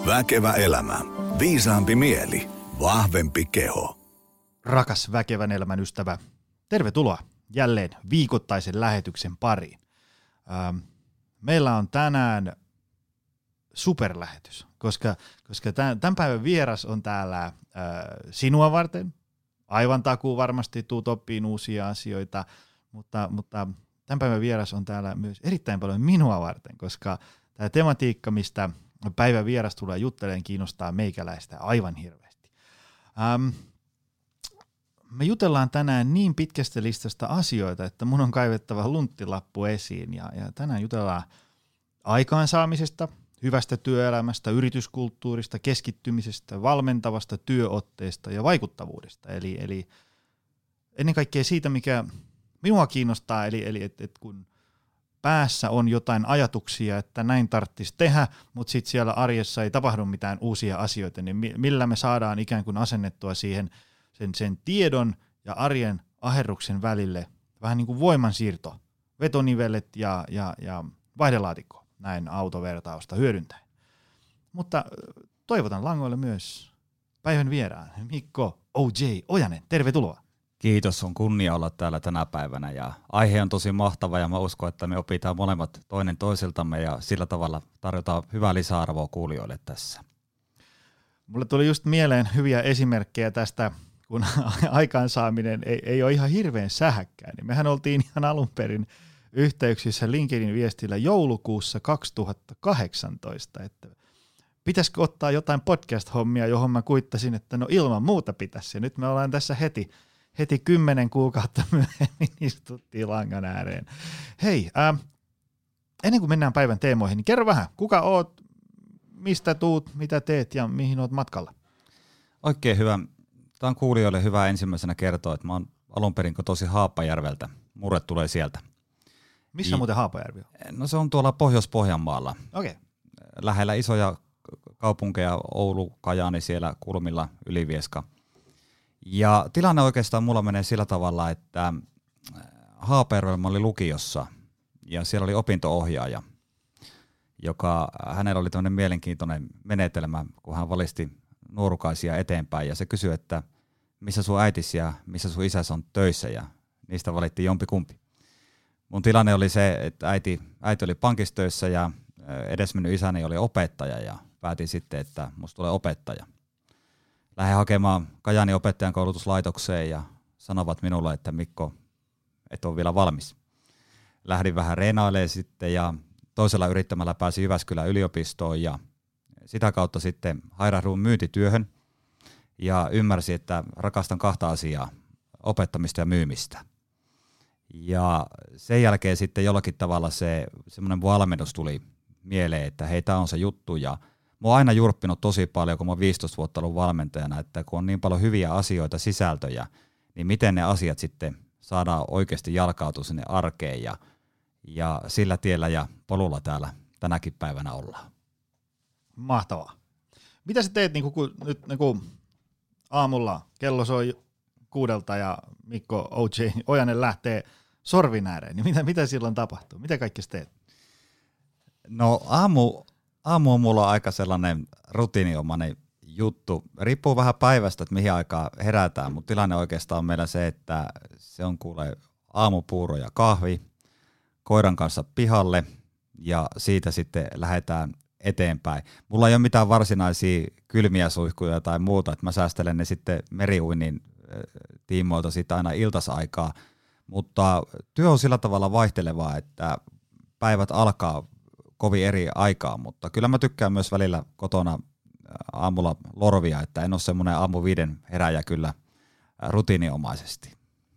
Väkevä elämä. Viisaampi mieli. Vahvempi keho. Rakas väkevän elämän ystävä, tervetuloa jälleen viikoittaisen lähetyksen pariin. Meillä on tänään superlähetys, koska tämän päivän vieras on täällä sinua varten. Aivan takuu varmasti tuut oppiin uusia asioita, mutta tämän päivän vieras on täällä myös erittäin paljon minua varten, koska tämä tematiikka, mistä päivän vieras tulee juttelemaan, kiinnostaa meikäläistä aivan hirveästi. Me jutellaan tänään niin pitkästä listasta asioita, että mun on kaivettava lunttilappu esiin. Ja tänään jutellaan aikaansaamisesta, hyvästä työelämästä, yrityskulttuurista, keskittymisestä, valmentavasta työotteesta ja vaikuttavuudesta. Eli ennen kaikkea siitä, mikä minua kiinnostaa, eli että kun päässä on jotain ajatuksia, että näin tarvitsisi tehdä, mutta sitten siellä arjessa ei tapahdu mitään uusia asioita, niin millä me saadaan ikään kuin asennettua siihen sen tiedon ja arjen aherruksen välille vähän niin kuin voimansiirto, vetonivelet ja vaihdelaatikko, näin autovertausta hyödyntäen. Mutta toivotan langoille myös päivän vieraan Mikko O.J. Ojanen, tervetuloa. Kiitos, on kunnia olla täällä tänä päivänä ja aihe on tosi mahtava ja mä uskon, että me opitaan molemmat toinen toisiltamme ja sillä tavalla tarjotaan hyvää lisäarvoa kuulijoille tässä. Mulle tuli just mieleen hyviä esimerkkejä tästä, kun aikaansaaminen ei ole ihan hirveän sähäkkää, niin mehän oltiin ihan alun perin yhteyksissä LinkedIn viestillä joulukuussa 2018, että pitäisikö ottaa jotain podcast-hommia, johon mä kuittasin, että no ilman muuta pitäisi. Ja nyt me ollaan tässä heti 10 kuukautta myöhemmin istuttiin langan ääreen. Hei, ennen kuin mennään päivän teemoihin, niin kerro vähän, kuka oot, mistä tuut, mitä teet ja mihin oot matkalla? Oikein hyvä. Tämä on kuulijoille hyvä ensimmäisenä kertoa, että mä oon alun perin tosi Haapajärveltä. Murre tulee sieltä. Missä muuten Haapajärvi on? No se on tuolla Pohjois-Pohjanmaalla. Okei. Lähellä isoja kaupunkeja, Oulu, Kajaani siellä kulmilla, Ylivieska. Ja tilanne oikeastaan mulla menee sillä tavalla, että Haapajärvellä oli lukiossa ja siellä oli opinto-ohjaaja, hänellä oli tämmöinen mielenkiintoinen menetelmä, kun hän valisti nuorukaisia eteenpäin ja se kysyi, että missä sun äitisi ja missä sun isäsi on töissä ja niistä valittiin jompikumpi. Mun tilanne oli se, että äiti oli pankissa töissä ja edesmennyt isäni oli opettaja ja päätin sitten, että musta tulee opettaja. Lähdin hakemaan Kajaanin opettajan koulutuslaitokseen ja sanovat minulle, että Mikko, et ole vielä valmis. Lähdin vähän reenailemaan sitten ja toisella yrittämällä pääsin Jyväskylän yliopistoon ja sitä kautta sitten hairahduin myyntityöhön ja ymmärsin, että rakastan kahta asiaa, opettamista ja myymistä. Ja sen jälkeen sitten jollakin tavalla semmoinen valmennus tuli mieleen, että hei, tämä on se juttu ja mä oon aina jurppinut tosi paljon, kun mä oon 15 vuotta ollut valmentajana, että kun on niin paljon hyviä asioita, sisältöjä, niin miten ne asiat sitten saadaan oikeasti jalkautua sinne arkeen ja sillä tiellä ja polulla täällä tänäkin päivänä ollaan. Mahtavaa. Mitä sä teet, kun nyt aamulla kello soi 6 ja Mikko O.J. Ojanen lähtee sorvin ääreen, niin mitä silloin tapahtuu? Mitä kaikki sä teet? No aamu on mulla aika sellainen rutiiniomainen juttu. Riippuu vähän päivästä, että mihin aikaan herätään, mutta tilanne oikeastaan on meillä se, että se on kuule aamupuuro ja kahvi, koiran kanssa pihalle ja siitä sitten lähdetään eteenpäin. Mulla ei ole mitään varsinaisia kylmiä suihkuja tai muuta, että mä säästelen ne sitten meriuinnin tiimoilta sitten aina iltasaikaa, mutta työ on sillä tavalla vaihtelevaa, että päivät alkaa kovin eri aikaa, mutta kyllä mä tykkään myös välillä kotona aamulla lorvia, että en ole semmoinen aamu 5 heräjä kyllä rutiiniomaisesti.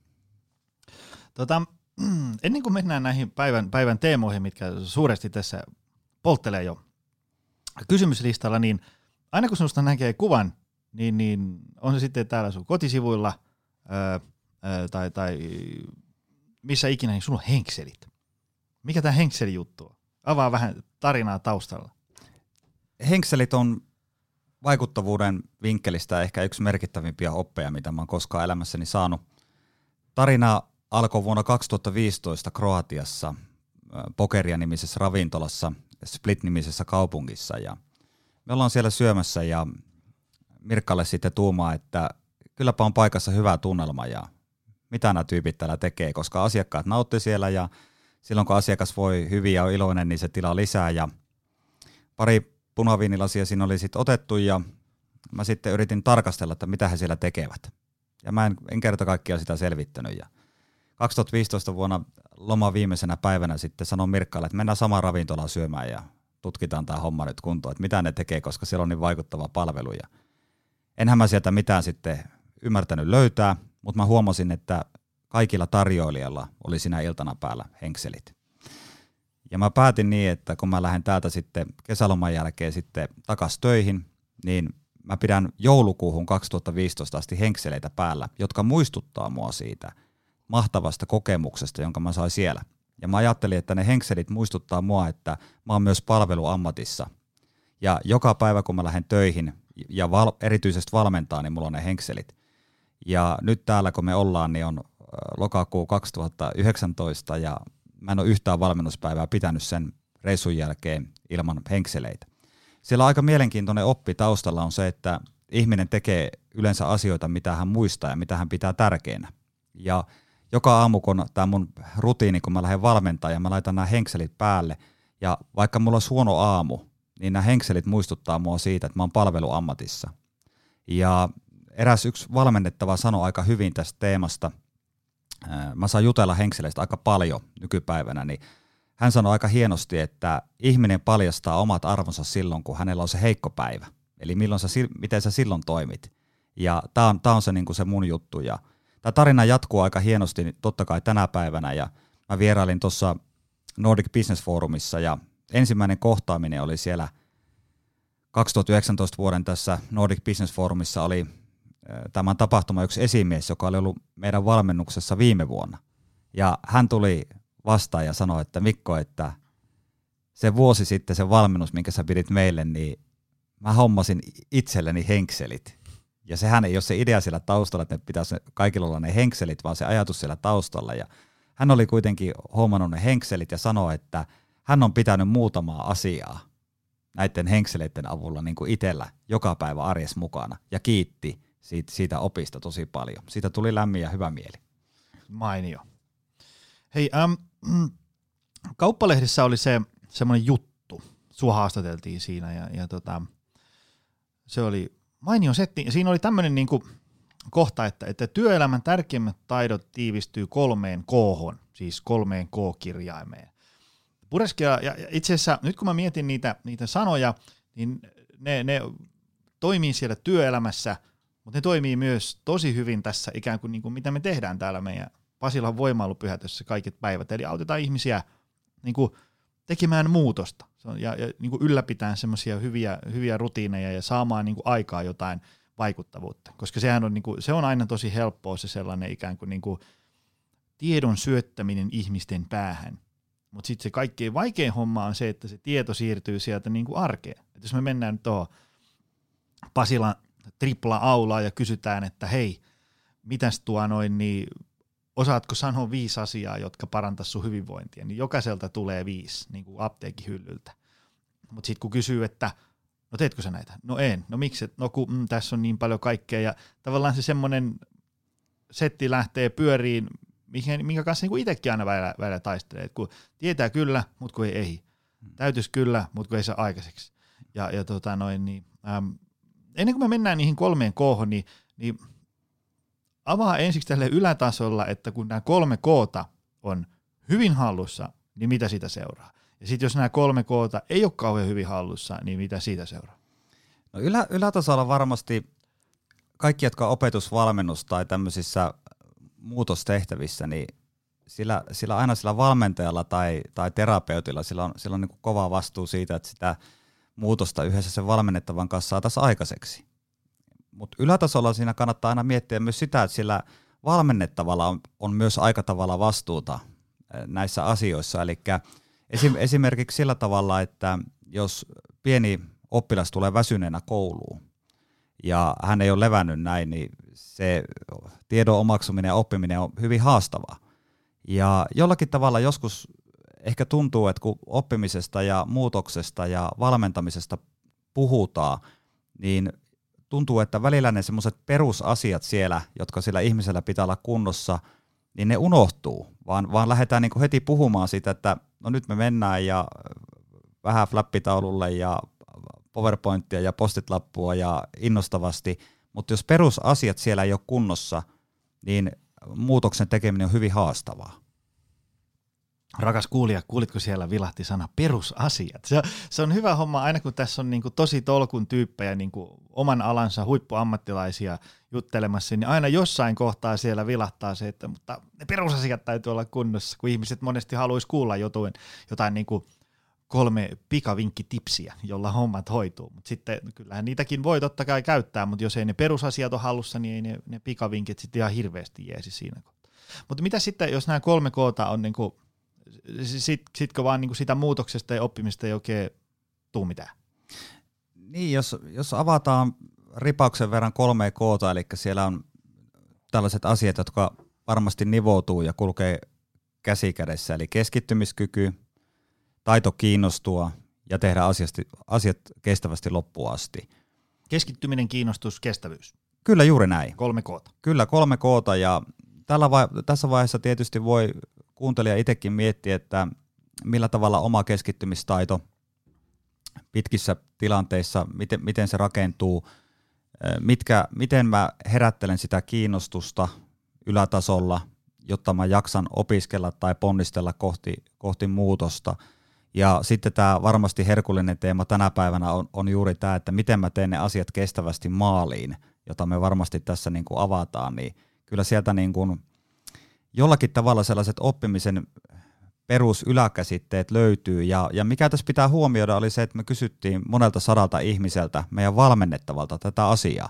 Ennen kuin mennään näihin päivän teemoihin, mitkä suuresti tässä polttelee jo kysymyslistalla, niin aina kun sinusta näkee kuvan, niin on se sitten täällä sun kotisivuilla tai missä ikinä, niin sun on henkselit. Mikä tämä henkselijuttu on? Avaa vähän tarinaa taustalla. Henkselit on vaikuttavuuden vinkkelistä ehkä yksi merkittävimpiä oppeja, mitä mä oon koskaan elämässäni saanut. Tarina alkoi vuonna 2015 Kroatiassa Pokeria-nimisessä ravintolassa, Split-nimisessä kaupungissa. Ja me ollaan siellä syömässä ja Mirkkalle sitten tuumaa, että kylläpä on paikassa hyvä tunnelma ja mitä nämä tyypit täällä tekee, koska asiakkaat nautti siellä ja silloin kun asiakas voi hyvin ja on iloinen, niin se tilaa lisää ja pari punaviinilasia siinä oli sitten otettu ja mä sitten yritin tarkastella, että mitä he siellä tekevät. Ja mä en kerta kaikkiaan sitä selvittänyt. Ja 2015 vuonna loman viimeisenä päivänä sitten sanon Mirkkalle, että mennään samaan ravintolaan syömään ja tutkitaan tämä homma nyt kuntoon, että mitä ne tekee, koska siellä on niin vaikuttava palvelu. Ja enhän mä sieltä mitään sitten ymmärtänyt löytää, mutta mä huomasin, että kaikilla tarjoilijalla oli siinä iltana päällä henkselit. Ja mä päätin niin, että kun mä lähden täältä sitten kesäloman jälkeen sitten takaisin töihin, niin mä pidän joulukuuhun 2015 asti henkseleitä päällä, jotka muistuttaa mua siitä mahtavasta kokemuksesta, jonka mä sain siellä. Ja mä ajattelin, että ne henkselit muistuttaa mua, että mä oon myös palveluammatissa. Ja joka päivä, kun mä lähden töihin ja erityisesti valmentaa, niin mulla on ne henkselit. Ja nyt täällä, kun me ollaan, niin on lokakuu 2019 ja mä en ole yhtään valmennuspäivää pitänyt sen reissun jälkeen ilman henkseleitä. Siellä aika mielenkiintoinen oppi taustalla on se, että ihminen tekee yleensä asioita, mitä hän muistaa ja mitä hän pitää tärkeänä. Ja joka aamu, kun tämä mun rutiini, kun mä lähden valmentamaan ja mä laitan nämä henkselit päälle, ja vaikka mulla on huono aamu, niin nämä henkselit muistuttaa mua siitä, että mä oon palveluammatissa. Ja yksi valmennettava sanoi aika hyvin tästä teemasta, mä saan jutella henkseleistä aika paljon nykypäivänä, niin hän sanoi aika hienosti, että ihminen paljastaa omat arvonsa silloin, kun hänellä on se heikko päivä. Eli miten sä silloin toimit. Ja tää on se, niin kuin se mun juttu. Ja tämä tarina jatkuu aika hienosti totta kai tänä päivänä. Ja mä vierailin tuossa Nordic Business Forumissa ja ensimmäinen kohtaaminen oli siellä 2019 vuoden tässä Nordic Business Forumissa oli tämän tapahtuma yksi esimies, joka oli ollut meidän valmennuksessa viime vuonna. Ja hän tuli vastaan ja sanoi, että Mikko, että se vuosi sitten se valmennus, minkä sä pidit meille, niin mä hommasin itselleni henkselit. Ja sehän ei ole se idea siellä taustalla, että ne pitäisi kaikilla olla ne henkselit, vaan se ajatus siellä taustalla. Ja hän oli kuitenkin hommannut ne henkselit ja sanoi, että hän on pitänyt muutamaa asiaa näiden henkseleiden avulla niin kuin itsellä joka päivä arjessa mukana ja kiitti siitä opista tosi paljon. Siitä tuli lämmin ja hyvä mieli. Mainio. Hei, Kauppalehdessä oli semmoinen juttu, sua haastateltiin siinä ja se oli mainio setti. Siinä oli tämmöinen niinku kohta, että työelämän tärkeimmät taidot tiivistyy 3 K:hon, siis 3 K-kirjaimeen. Pureskella, ja itse asiassa nyt kun mä mietin niitä sanoja, niin ne toimii siellä työelämässä, mutta ne toimii myös tosi hyvin tässä ikään kuin, mitä me tehdään täällä meidän Pasilan voimailupyhätössä kaiket päivät. Eli autetaan ihmisiä niin kuin tekemään muutosta ja niin kuin ylläpitään semmoisia hyviä rutiineja ja saamaan niin kuin aikaa jotain vaikuttavuutta. Koska sehän on, niin kuin, se on aina tosi helppoa se sellainen ikään kuin, tiedon syöttäminen ihmisten päähän. Mutta sitten se kaikkein vaikein homma on se, että se tieto siirtyy sieltä niin kuin arkeen. Et jos me mennään nyt tuohon Pasilan tripla-aulaan ja kysytään, että hei, mitäs niin osaatko sanoa 5 asiaa, jotka parantaisi sun hyvinvointia, niin jokaiselta tulee 5 niin kuin apteekin hyllyltä. Mutta sitten kun kysyy, että no teetkö sä näitä? No en. No miksi? No kun tässä on niin paljon kaikkea ja tavallaan se semmoinen setti lähtee pyöriin, minkä kanssa niin kuin itsekin aina välillä taistelee, että kun tietää kyllä, mutta kun ei. Täytyisi kyllä, mutta kun ei saa aikaiseksi. Ennen kuin me mennään niihin 3 K:hon, niin avaa ensiksi tälle ylätasolla, että kun nämä 3 K:ta on hyvin hallussa, niin mitä siitä seuraa? Ja sitten jos nämä 3 K:ta ei ole kauhean hyvin hallussa, niin mitä siitä seuraa? No ylätasolla varmasti kaikki, jotka on opetusvalmennus tai tämmöisissä muutostehtävissä, niin sillä aina sillä valmentajalla tai terapeutilla sillä on niin kuin kova vastuu siitä, että sitä muutosta yhdessä sen valmennettavan kanssa saataisiin aikaiseksi. Mutta ylätasolla siinä kannattaa aina miettiä myös sitä, että sillä valmennettavalla on myös aika tavalla vastuuta näissä asioissa. Eli esimerkiksi sillä tavalla, että jos pieni oppilas tulee väsyneenä kouluun ja hän ei ole levännyt näin, niin se tiedon omaksuminen ja oppiminen on hyvin haastavaa. Ja jollakin tavalla joskus ehkä tuntuu, että kun oppimisesta ja muutoksesta ja valmentamisesta puhutaan, niin tuntuu, että välillä ne semmoiset perusasiat siellä, jotka sillä ihmisellä pitää olla kunnossa, niin ne unohtuu, vaan lähdetään niin kuin heti puhumaan siitä, että no nyt me mennään ja vähän flappitaululle ja PowerPointia ja post-it-lappua ja innostavasti, mutta jos perusasiat siellä ei ole kunnossa, niin muutoksen tekeminen on hyvin haastavaa. Rakas kuulija, kuulitko siellä vilahti sana perusasiat? Se on hyvä homma aina, kun tässä on niinku tosi tolkun tyyppejä, niinku oman alansa huippuammattilaisia juttelemassa, niin aina jossain kohtaa siellä vilahtaa se, että mutta ne perusasiat täytyy olla kunnossa, kun ihmiset monesti haluaisi kuulla jotain niinku 3 pikavinkkitipsiä, jolla hommat hoituu. Mutta sitten kyllähän niitäkin voi totta kai käyttää, mutta jos ei ne perusasiat ole hallussa, niin ei ne pikavinkit sitten ihan hirveästi jeesi siinä kohtaa. Mutta mitä sitten, jos nämä 3 koota on niinku sitkö vaan niinku sitä muutoksesta ja oppimista ei oikein tuu mitään? Niin, jos avataan ripauksen verran 3 koota, eli siellä on tällaiset asiat, jotka varmasti nivoutuu ja kulkee käsi kädessä, eli keskittymiskyky, taito kiinnostua ja tehdä asiat kestävästi loppuun asti. Keskittyminen, kiinnostus, kestävyys. Kyllä juuri näin. 3 koota. Kyllä 3 koota ja tässä vaiheessa tietysti voi kuuntelija itsekin miettiä, että millä tavalla oma keskittymistaito pitkissä tilanteissa, miten se rakentuu, miten mä herättelen sitä kiinnostusta ylätasolla, jotta mä jaksan opiskella tai ponnistella kohti muutosta. Ja sitten tämä varmasti herkullinen teema tänä päivänä on juuri tämä, että miten mä teen ne asiat kestävästi maaliin, jota me varmasti tässä niin kuin avataan, niin kyllä sieltä niin kuin jollakin tavalla sellaiset oppimisen perusyläkäsitteet löytyy, ja mikä tässä pitää huomioida oli se, että me kysyttiin monelta 100 ihmiseltä, meidän valmennettavalta tätä asiaa,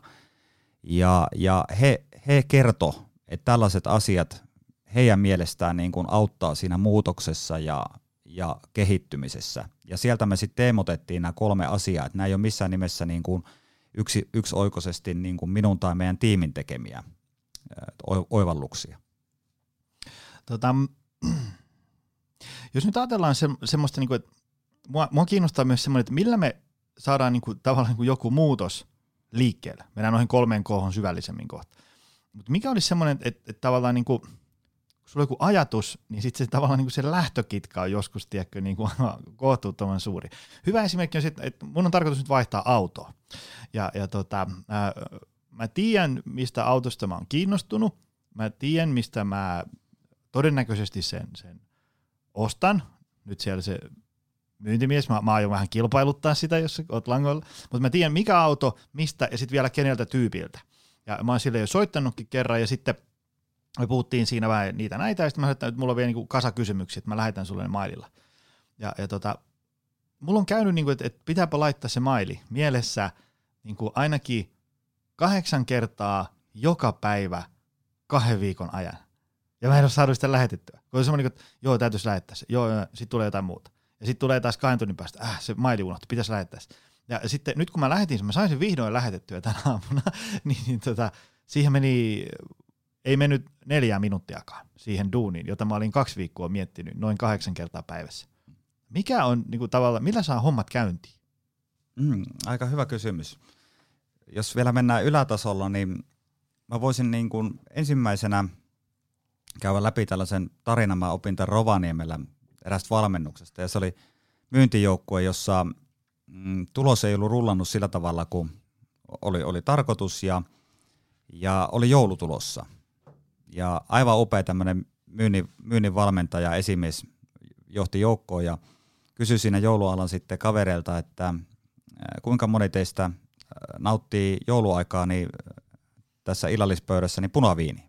ja he kertoi, että tällaiset asiat heidän mielestään niin kuin auttaa siinä muutoksessa ja kehittymisessä, ja sieltä me sitten teemotettiin nämä 3 asiaa, että nämä ei ole missään nimessä niin kuin yksioikoisesti niin kuin minun tai meidän tiimin tekemiä oivalluksia. Jos nyt ajatellaan semmoista, että mua kiinnostaa myös semmoinen, että millä me saadaan tavallaan joku muutos liikkeelle. Mennään noihin 3 kohon syvällisemmin kohta. Mutta mikä olisi semmoinen, että tavallaan kun sulla on joku ajatus, niin sitten se tavallaan se lähtökitka on joskus kohtuuttoman suuri. Hyvä esimerkki on se, että mun on tarkoitus nyt vaihtaa autoa. Mä tiedän, mistä autosta mä oon kiinnostunut. Mä tiedän, mistä mä todennäköisesti sen ostan. Nyt siellä se myyntimies, mä aion vähän kilpailuttaa sitä, jos oot langoilla. Mutta mä tiedän, mikä auto, mistä ja sitten vielä keneltä tyypiltä. Ja mä oon sille jo soittanutkin kerran ja sitten me puhuttiin siinä vähän niitä näitä, ja sitten mä sanoin, että mulla on vielä kasa kysymyksiä, että mä lähetän sulle ne maililla. Mulla on käynyt, että pitääpä laittaa se maili mielessä ainakin 8 kertaa joka päivä 2 viikon ajan. Ja mä en ole saanut sitä lähetettyä. Kun on semmoinen, että joo, täytyisi lähettää se. Joo, sitten tulee jotain muuta. Ja sitten tulee taas 2 tunnin päästä, se maili unohtui, pitäisi lähettää se. Ja sitten nyt kun mä lähetin sen, mä sain sen vihdoin lähetettyä tänä aamuna, niin siihen ei mennyt 4 minuuttiakaan siihen duuniin, jota mä olin 2 viikkoa miettinyt noin 8 kertaa päivässä. Mikä on tavallaan, millä saa hommat käyntiin? Aika hyvä kysymys. Jos vielä mennään ylätasolla, niin mä voisin ensimmäisenä käydä läpi tällaisen tarinan. Mä opin tämän Rovaniemellä erästä valmennuksesta, ja se oli myyntijoukkue, jossa tulos ei ollut rullannut sillä tavalla, kuin oli tarkoitus, ja oli joulu tulossa. Ja aivan upea tämmöinen myynnin valmentaja, esimies johti joukkoon ja kysyi siinä joulualan sitten kavereilta, että kuinka moni teistä nauttii jouluaikaa niin tässä illallispöydässä niin punaviini.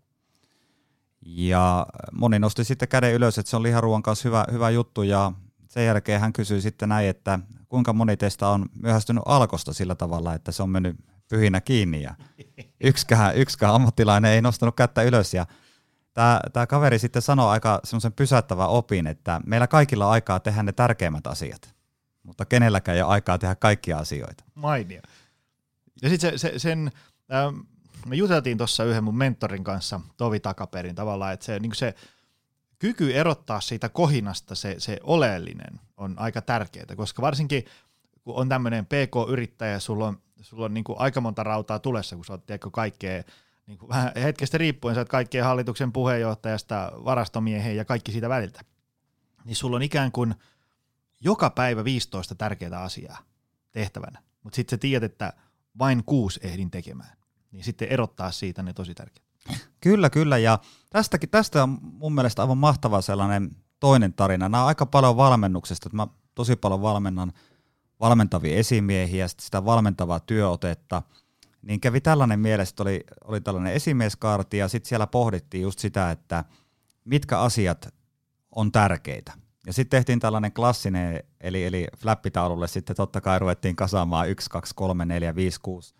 Ja moni nosti sitten käden ylös, että se on liharuoan kanssa hyvä juttu, ja sen jälkeen hän kysyi sitten näin, että kuinka moni teistä on myöhästynyt Alkosta sillä tavalla, että se on mennyt pyhinä kiinni, ja yksikään ammattilainen ei nostanut kättä ylös, ja tämä kaveri sitten sanoi aika semmoisen pysäyttävän opin, että meillä kaikilla on aikaa tehdä ne tärkeimmät asiat, mutta kenelläkään ei ole aikaa tehdä kaikkia asioita. Mainio. Ja sitten me juteltiin tuossa yhden mun mentorin kanssa tovi takaperin tavallaan, että se kyky erottaa siitä kohinasta se oleellinen on aika tärkeää, koska varsinkin kun on tämmöinen PK-yrittäjä, sulla on niin kuin aika monta rautaa tulessa, kun sä oot kaikkea, niin kuin vähän hetkestä riippuen, sä oot kaikkien hallituksen puheenjohtajasta varastomieheen ja kaikki siitä väliltä. Niin sulla on ikään kuin joka päivä 15 tärkeää asiaa tehtävänä, mutta sitten sä tiedät, että vain 6 ehdin tekemään. Niin sitten erottaa siitä ne tosi tärkeät. Kyllä, ja tästä on mun mielestä aivan mahtava sellainen toinen tarina. Nämä on aika paljon valmennuksesta, että mä tosi paljon valmennan valmentavia esimiehiä, sitä valmentavaa työotetta, niin kävi tällainen mielessä, että oli tällainen esimieskaarti, ja sitten siellä pohdittiin just sitä, että mitkä asiat on tärkeitä. Ja sitten tehtiin tällainen klassinen, eli flappitaululle sitten totta kai ruvettiin kasaamaan 1, 2, 3, 4, 5, 6.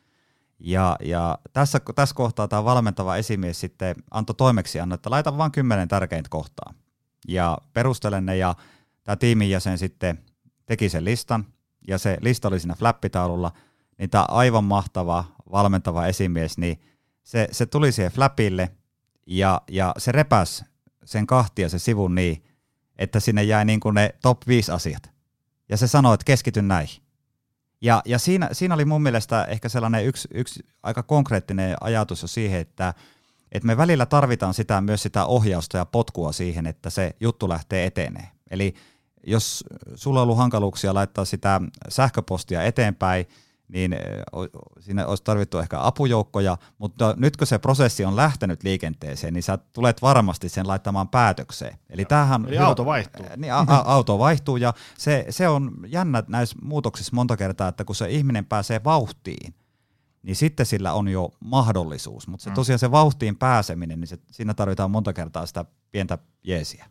Ja tässä kohtaa tämä valmentava esimies sitten antoi toimeksiannon, että laita vaan 10 tärkeintä kohtaa. Ja perustelen ne, ja tämä tiimin jäsen sitten teki sen listan, ja se lista oli siinä flappitaululla, niin tämä aivan mahtava valmentava esimies, niin se tuli siihen flapille, ja se repäsi sen kahtia se sivun niin, että sinne jäi niin kuin ne top 5 asiat. Ja se sanoi, että keskity näihin. Ja siinä oli mun mielestä ehkä sellainen yksi aika konkreettinen ajatus jo siihen, että me välillä tarvitaan myös sitä ohjausta ja potkua siihen, että se juttu lähtee eteneen. Eli jos sulla on ollut hankaluuksia laittaa sitä sähköpostia eteenpäin, niin siinä olisi tarvittu ehkä apujoukkoja, mutta nyt kun se prosessi on lähtenyt liikenteeseen, niin sä tulet varmasti sen laittamaan päätökseen. Eli auto vaihtuu. Niin, auto vaihtuu, ja se on jännä näissä muutoksissa monta kertaa, että kun se ihminen pääsee vauhtiin, niin sitten sillä on jo mahdollisuus, mutta se tosiaan se vauhtiin pääseminen, niin siinä tarvitaan monta kertaa sitä pientä jeesiä.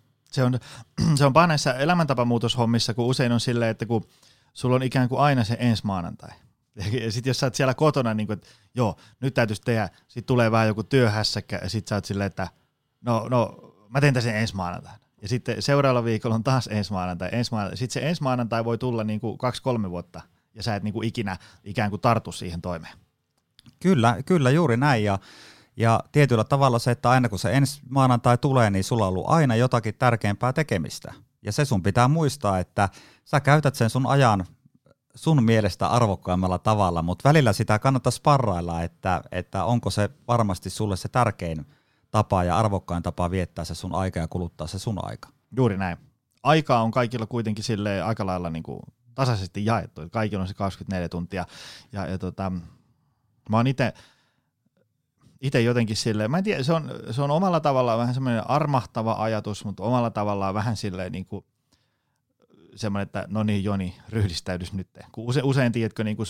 Se on paha näissä elämäntapamuutoshommissa, kun usein on silleen, että kun sulla on ikään kuin aina se ensi maanantai. Ja sitten jos sä oot siellä kotona, niin kuin, että joo, nyt täytyisi tehdä, sitten tulee vähän joku työhässäkkä, ja sitten sä oot silleen, että no, mä teen sen ensi maanantaina. Ja sitten seuraavalla viikolla on taas ensi maanantai. Sitten se ensi maanantai voi tulla niin kuin 2-3 vuotta, ja sä et niin kuin ikinä ikään kuin tartu siihen toimeen. Kyllä juuri näin, ja tietyllä tavalla se, että aina kun se ensi maanantai tulee, niin sulla on ollut aina jotakin tärkeämpää tekemistä. Ja se sun pitää muistaa, että sä käytät sen sun ajan sun mielestä arvokkaimmalla tavalla, mutta välillä sitä kannattaa sparrailla, että onko se varmasti sulle se tärkein tapa ja arvokkain tapa viettää se sun aika ja kuluttaa se sun aika. Juuri näin. Aikaa on kaikilla kuitenkin silleen aika lailla niin kuin tasaisesti jaettu, kaikilla on se 24 tuntia. Ja mä oon itse jotenkin silleen, mä en tiedä, se on omalla tavallaan vähän semmoinen armahtava ajatus, mutta omalla tavallaan vähän silleen niin kuin semmoinen, että no niin Joni, ryhdistäydys nyt. Kun usein tiedätkö, niin kuin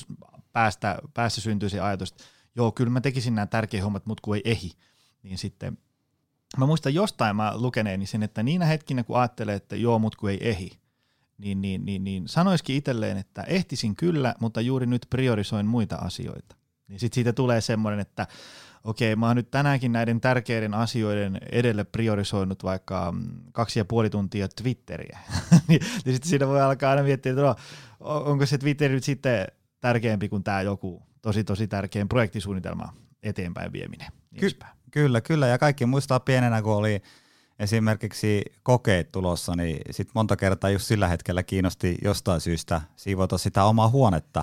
päässä syntyy se ajatus, että joo, kyllä mä tekisin nämä tärkeät hommat, mutta kun ei ehdi. Niin sitten, mä muistan jostain mä lukeneeni sen, että niinä hetkinä kun ajattelee, että joo, mutta kun ei ehdi, niin sanoisikin itselleen, että ehtisin kyllä, mutta juuri nyt priorisoin muita asioita. Niin sitten siitä tulee semmoinen, että okei, mä oon nyt tänäänkin näiden tärkeiden asioiden edelle priorisoinut vaikka 2,5 tuntia Twitteriä. Niin sitten siinä voi alkaa aina miettiä, että no, onko se Twitter nyt sitten tärkeämpi kuin tämä joku tosi tärkeä projektisuunnitelma eteenpäin vieminen. Kyllä, ja kaikki muistaa pienenä, kun oli esimerkiksi kokeet tulossa, niin sitten monta kertaa just sillä hetkellä kiinnosti jostain syystä siivota sitä omaa huonetta.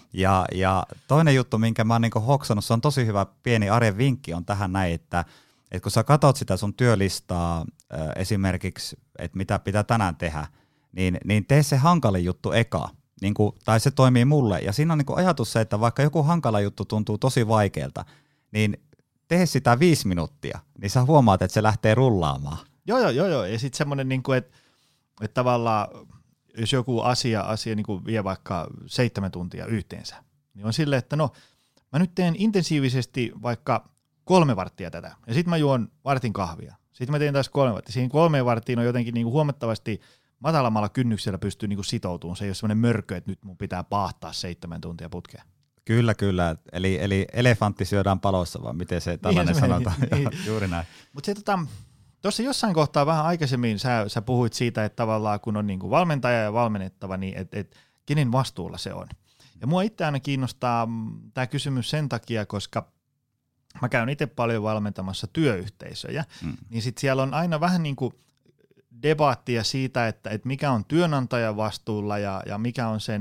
Ja toinen juttu, minkä mä oon niinku hoksannut, se on tosi hyvä pieni arjen vinkki on tähän näin, että kun sä katot sitä sun työlistaa esimerkiksi, että mitä pitää tänään tehdä, niin tee se hankalin juttu eka, tai se toimii mulle. Ja siinä on niinku ajatus se, että vaikka joku hankala juttu tuntuu tosi vaikealta, niin tee sitä 5 minuuttia, niin sä huomaat, että se lähtee rullaamaan. Joo. Ja sitten semmoinen, niinku, että tavallaan jos joku asia niin vie vaikka 7 tuntia yhteensä, niin on silleen, että no, mä nyt teen intensiivisesti vaikka 3 varttia tätä, ja sitten mä juon vartin kahvia. Sitten mä teen taas 3 varttia. Siihen 3 varttiin on jotenkin niin kuin huomattavasti matalammalla kynnyksellä pystyy niin kuin sitoutumaan. Se ei ole semmoinen mörkö, että nyt mun pitää paahtaa 7 tuntia putkeen. Kyllä. Eli elefantti syödään paloissa, vai miten se tällainen sanotaan? Niin. Juuri näin. Mutta se tuossa jossain kohtaa vähän aikaisemmin sä puhuit siitä, että tavallaan kun on niinku valmentaja ja valmennettava, niin et kenen vastuulla se on. Ja mua itse aina kiinnostaa tämä kysymys sen takia, koska mä käyn itse paljon valmentamassa työyhteisöjä, niin sitten siellä on aina vähän niin kuin debaattia siitä, että mikä on työnantajan vastuulla ja mikä on sen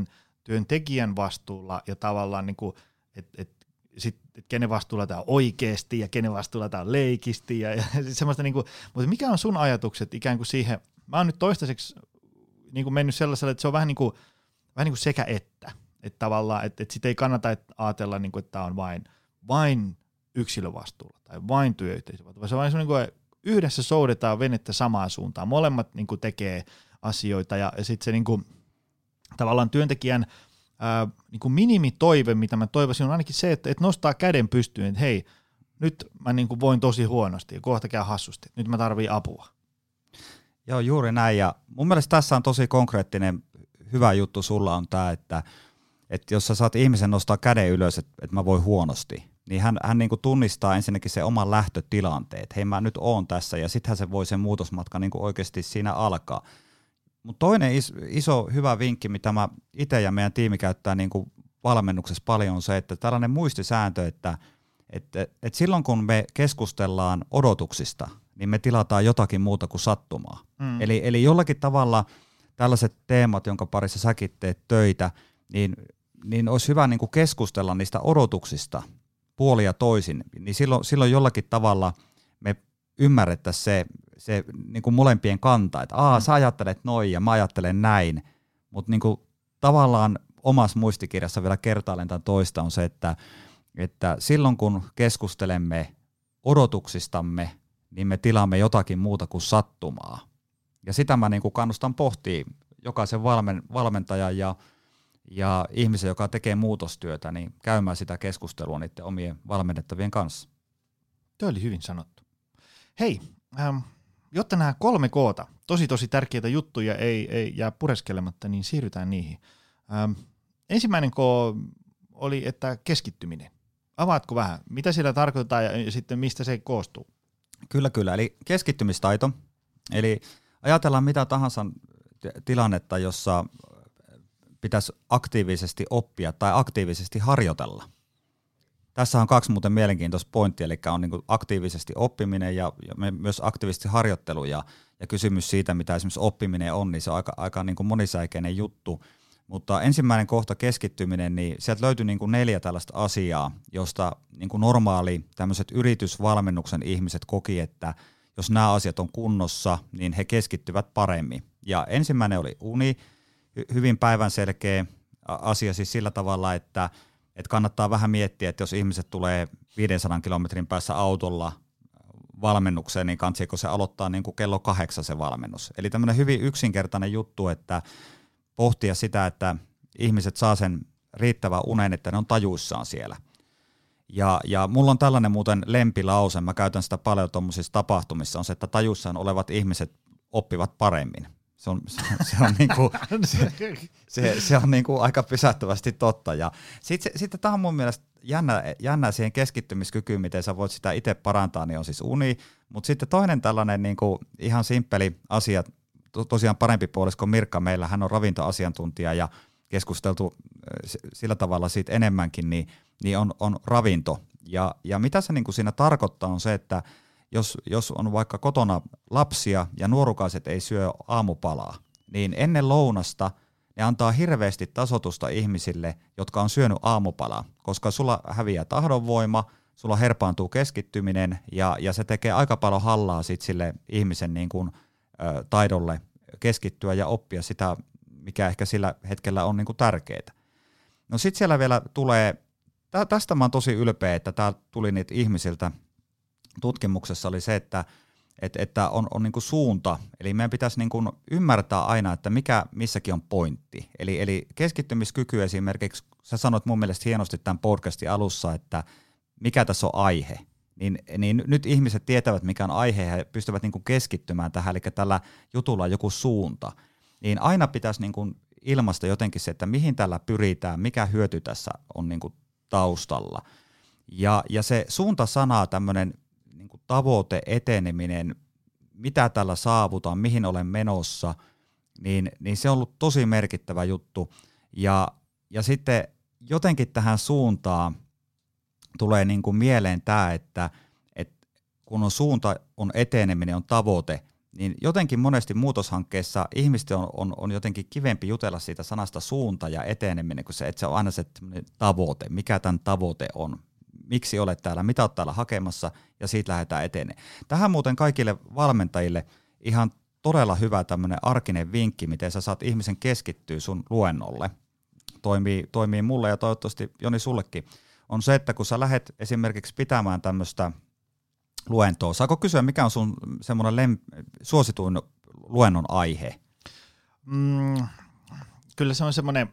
työntekijän vastuulla ja tavallaan niin kuin, että kenen vastuulla tämä on oikeasti ja kenen vastuulla tämä on leikisti ja semmoista niin kuin, mutta mikä on sun ajatukset ikään kuin siihen, mä oon nyt toistaiseksi niin kuin mennyt sellaiselle, että se on vähän niin kuin sekä että tavallaan, että sit ei kannata ajatella, niin kuin, että tämä on vain yksilövastuulla tai vain työyhteisövastuulla, vaan se on vain semmoinen, niin yhdessä soudetaan venettä samaan suuntaan, molemmat niin kuin tekee asioita ja sitten se niin kuin, tavallaan työntekijän niin kuin minimitoive, mitä mä toivoisin, on ainakin se, että nostaa käden pystyyn, että hei, nyt mä niin kuin voin tosi huonosti ja kohta käy hassusti, nyt mä tarviin apua. Joo, juuri näin, ja mun mielestä tässä on tosi konkreettinen hyvä juttu sulla on tämä, että jos sä saat ihmisen nostaa käden ylös, että mä voin huonosti, niin hän niin kuin tunnistaa ensinnäkin se oman lähtötilanteen, että hei mä nyt oon tässä, ja sittenhän se voi sen muutosmatka niin kuin oikeasti siinä alkaa. Mutta toinen iso hyvä vinkki, mitä mä itse ja meidän tiimi käyttää niin kuin valmennuksessa paljon, on se, että tällainen muistisääntö, että silloin kun me keskustellaan odotuksista, niin me tilataan jotakin muuta kuin sattumaa. Eli jollakin tavalla tällaiset teemat, jonka parissa säkin teet töitä, niin olisi hyvä niin kuin keskustella niistä odotuksista puolin ja toisin, niin silloin jollakin tavalla me ymmärrettäisiin se niin kuin molempien kanta, että sä ajattelet noin ja mä ajattelen näin, mutta niin kuin tavallaan omassa muistikirjassa vielä kertaalleen tämän toista on se, että silloin kun keskustelemme odotuksistamme, niin me tilaamme jotakin muuta kuin sattumaa. Ja sitä mä niin kuin kannustan pohtimaan jokaisen valmentajan ja ihmisen, joka tekee muutostyötä, niin käymään sitä keskustelua niiden omien valmennettavien kanssa. Tuo oli hyvin sanottu. Hei, jotta nämä 3 K:ta, tosi tärkeitä juttuja ei jää pureskelematta, niin siirrytään niihin. Ensimmäinen K oli, että keskittyminen. Avaatko vähän, mitä sillä tarkoittaa ja sitten mistä se koostuu? Kyllä, eli keskittymistaito. Eli ajatellaan mitä tahansa tilannetta, jossa pitäisi aktiivisesti oppia tai aktiivisesti harjoitella. Tässä on 2 muuten mielenkiintoista pointtia, eli on niin kuin aktiivisesti oppiminen ja myös aktiivisesti harjoittelu ja kysymys siitä, mitä esimerkiksi oppiminen on, niin se on aika niin kuin monisäikeinen juttu. Mutta ensimmäinen kohta keskittyminen, niin sieltä löytyy niin kuin 4 tällaista asiaa, josta niin kuin normaali tämmöiset yritysvalmennuksen ihmiset koki, että jos nämä asiat on kunnossa, niin he keskittyvät paremmin. Ja ensimmäinen oli uni, hyvin päivänselkeä asia siis sillä tavalla, että kannattaa vähän miettiä, että jos ihmiset tulee 500 kilometrin päässä autolla valmennukseen, niin kansiiko se aloittaa niin kuin kello 8 se valmennus. Eli tämmöinen hyvin yksinkertainen juttu, että pohtia sitä, että ihmiset saa sen riittävän unen, että ne on tajuissaan siellä. Ja mulla on tällainen muuten lempilause, mä käytän sitä paljon tuommoisissa tapahtumissa, on se, että tajuissaan olevat ihmiset oppivat paremmin. Se on niinku aika pysähtyvästi totta. Ja sitten tämä on mun mielestä jännä siihen keskittymiskykyyn, miten sä voit sitä itse parantaa, niin on siis uni. Mutta sitten toinen tällainen niinku ihan simppeli asia, tosiaan parempi puolisko Mirkka meillä, hän on ravintoasiantuntija ja keskusteltu sillä tavalla siitä enemmänkin, niin on ravinto. Ja mitä se niinku siinä tarkoittaa on se, että jos on vaikka kotona lapsia ja nuorukaiset ei syö aamupalaa, niin ennen lounasta ne antaa hirveästi tasoitusta ihmisille, jotka on syönyt aamupalaa, koska sulla häviää tahdonvoima, sulla herpaantuu keskittyminen ja se tekee aika paljon hallaa sit sille ihmisen niin kuin, taidolle keskittyä ja oppia sitä, mikä ehkä sillä hetkellä on niin kuin tärkeää. No sit siellä vielä tulee, tästä mä oon tosi ylpeä, että tää tuli niitä ihmisiltä, tutkimuksessa oli se, että on niin kuin suunta, eli meidän pitäisi niin kuin ymmärtää aina, että mikä missäkin on pointti. Eli keskittymiskyky esimerkiksi, sä sanoit mun mielestä hienosti tämän podcastin alussa, että mikä tässä on aihe, niin nyt ihmiset tietävät, mikä on aihe, ja he pystyvät niin kuin keskittymään tähän, eli tällä jutulla on joku suunta. Niin aina pitäisi niin kuin ilmaista jotenkin se, että mihin tällä pyritään, mikä hyöty tässä on niin kuin taustalla. Ja se suuntasana, tämmöinen niin kuin tavoite, eteneminen, mitä tällä saavutaan, mihin olen menossa, niin se on ollut tosi merkittävä juttu. Ja sitten jotenkin tähän suuntaan tulee niin kuin mieleen tämä, että kun on suunta, on eteneminen, on tavoite, niin jotenkin monesti muutoshankkeessa ihmisten on jotenkin kivempi jutella siitä sanasta suunta ja eteneminen, kun että se on aina se tavoite, mikä tämän tavoite on, miksi olet täällä, mitä olet täällä hakemassa ja siitä lähdetään eteneen. Tähän muuten kaikille valmentajille ihan todella hyvä tämmöinen arkinen vinkki, miten sä saat ihmisen keskittyä sun luennolle. Toimii mulle ja toivottavasti Joni sullekin, on se, että kun sä lähdet esimerkiksi pitämään tämmöistä luentoa, saako kysyä, mikä on sun semmoinen suosituin luennon aihe? Kyllä se on semmoinen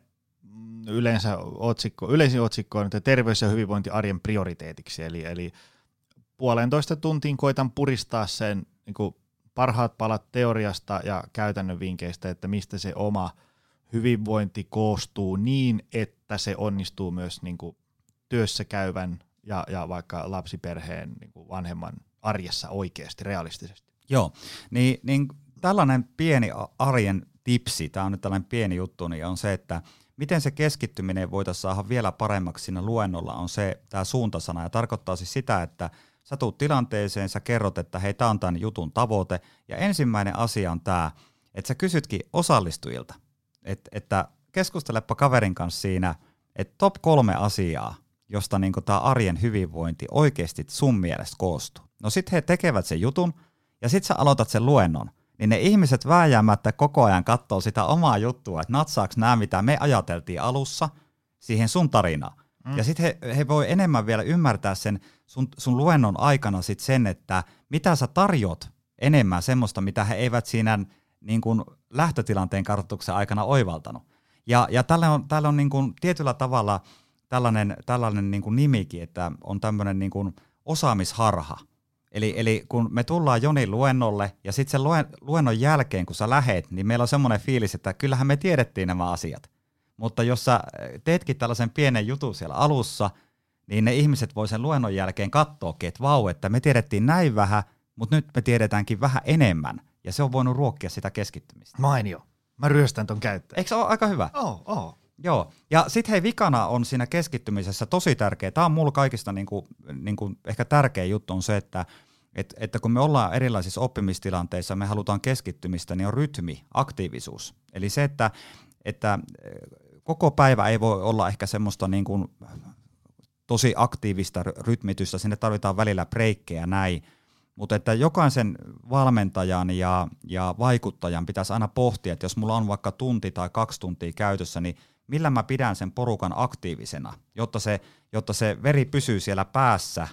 yleisin otsikko on, että terveys ja hyvinvointi arjen prioriteetiksi, eli 1,5 tuntiin koitan puristaa sen niin kuin parhaat palat teoriasta ja käytännön vinkkeistä, että mistä se oma hyvinvointi koostuu niin, että se onnistuu myös niin kuin työssä käyvän ja vaikka lapsiperheen niin kuin vanhemman arjessa oikeasti, realistisesti. Joo, niin tällainen pieni arjen tipsi, tämä on nyt tällainen pieni juttu, niin on se, että miten se keskittyminen voitaisiin saada vielä paremmaksi siinä luennolla, on se tämä suuntasana, ja tarkoittaa siis sitä, että sä tuut tilanteeseen, sä kerrot, että hei, tämä on tämän jutun tavoite, ja ensimmäinen asia on tämä, että sä kysytkin osallistujilta, että keskustelepa kaverin kanssa siinä, että top 3 asiaa, josta niinku tämä arjen hyvinvointi oikeasti sun mielestä koostuu. No sit he tekevät sen jutun, ja sit sä aloitat sen luennon, niin ne ihmiset vääjäämättä koko ajan katsoo sitä omaa juttua, että natsaako nämä, mitä me ajateltiin alussa, siihen sun tarinaan. Ja sitten he voi enemmän vielä ymmärtää sen sun luennon aikana sit sen, että mitä sä tarjot enemmän semmoista, mitä he eivät siinä niin kuin lähtötilanteen kartoituksen aikana oivaltanut. Ja täällä on niin kuin tietyllä tavalla tällainen niin kuin nimikin, että on tämmöinen niin kuin osaamisharha. Eli kun me tullaan Jonin luennolle ja sitten sen luennon jälkeen, kun sä lähet, niin meillä on semmoinen fiilis, että kyllähän me tiedettiin nämä asiat. Mutta jos sä teetkin tällaisen pienen jutun siellä alussa, niin ne ihmiset voi sen luennon jälkeen katsoakin, että vau, että me tiedettiin näin vähän, mutta nyt me tiedetäänkin vähän enemmän. Ja se on voinut ruokkia sitä keskittymistä. Mainio. Mä ryöstän ton käyttäjän. Eikö se ole aika hyvä? Oo. Joo, ja sitten hei, vikana on siinä keskittymisessä tosi tärkeä. Tämä on mulla kaikista niinku ehkä tärkeä juttu on se, että kun me ollaan erilaisissa oppimistilanteissa, me halutaan keskittymistä, niin on rytmi, aktiivisuus. Eli se, että koko päivä ei voi olla ehkä semmoista niin kuin tosi aktiivista rytmitystä, sinne tarvitaan välillä breikkejä näin, mutta että jokaisen valmentajan ja vaikuttajan pitäisi aina pohtia, että jos mulla on vaikka tunti tai 2 tuntia käytössä, niin millä mä pidän sen porukan aktiivisena, jotta se veri pysyy siellä päässä.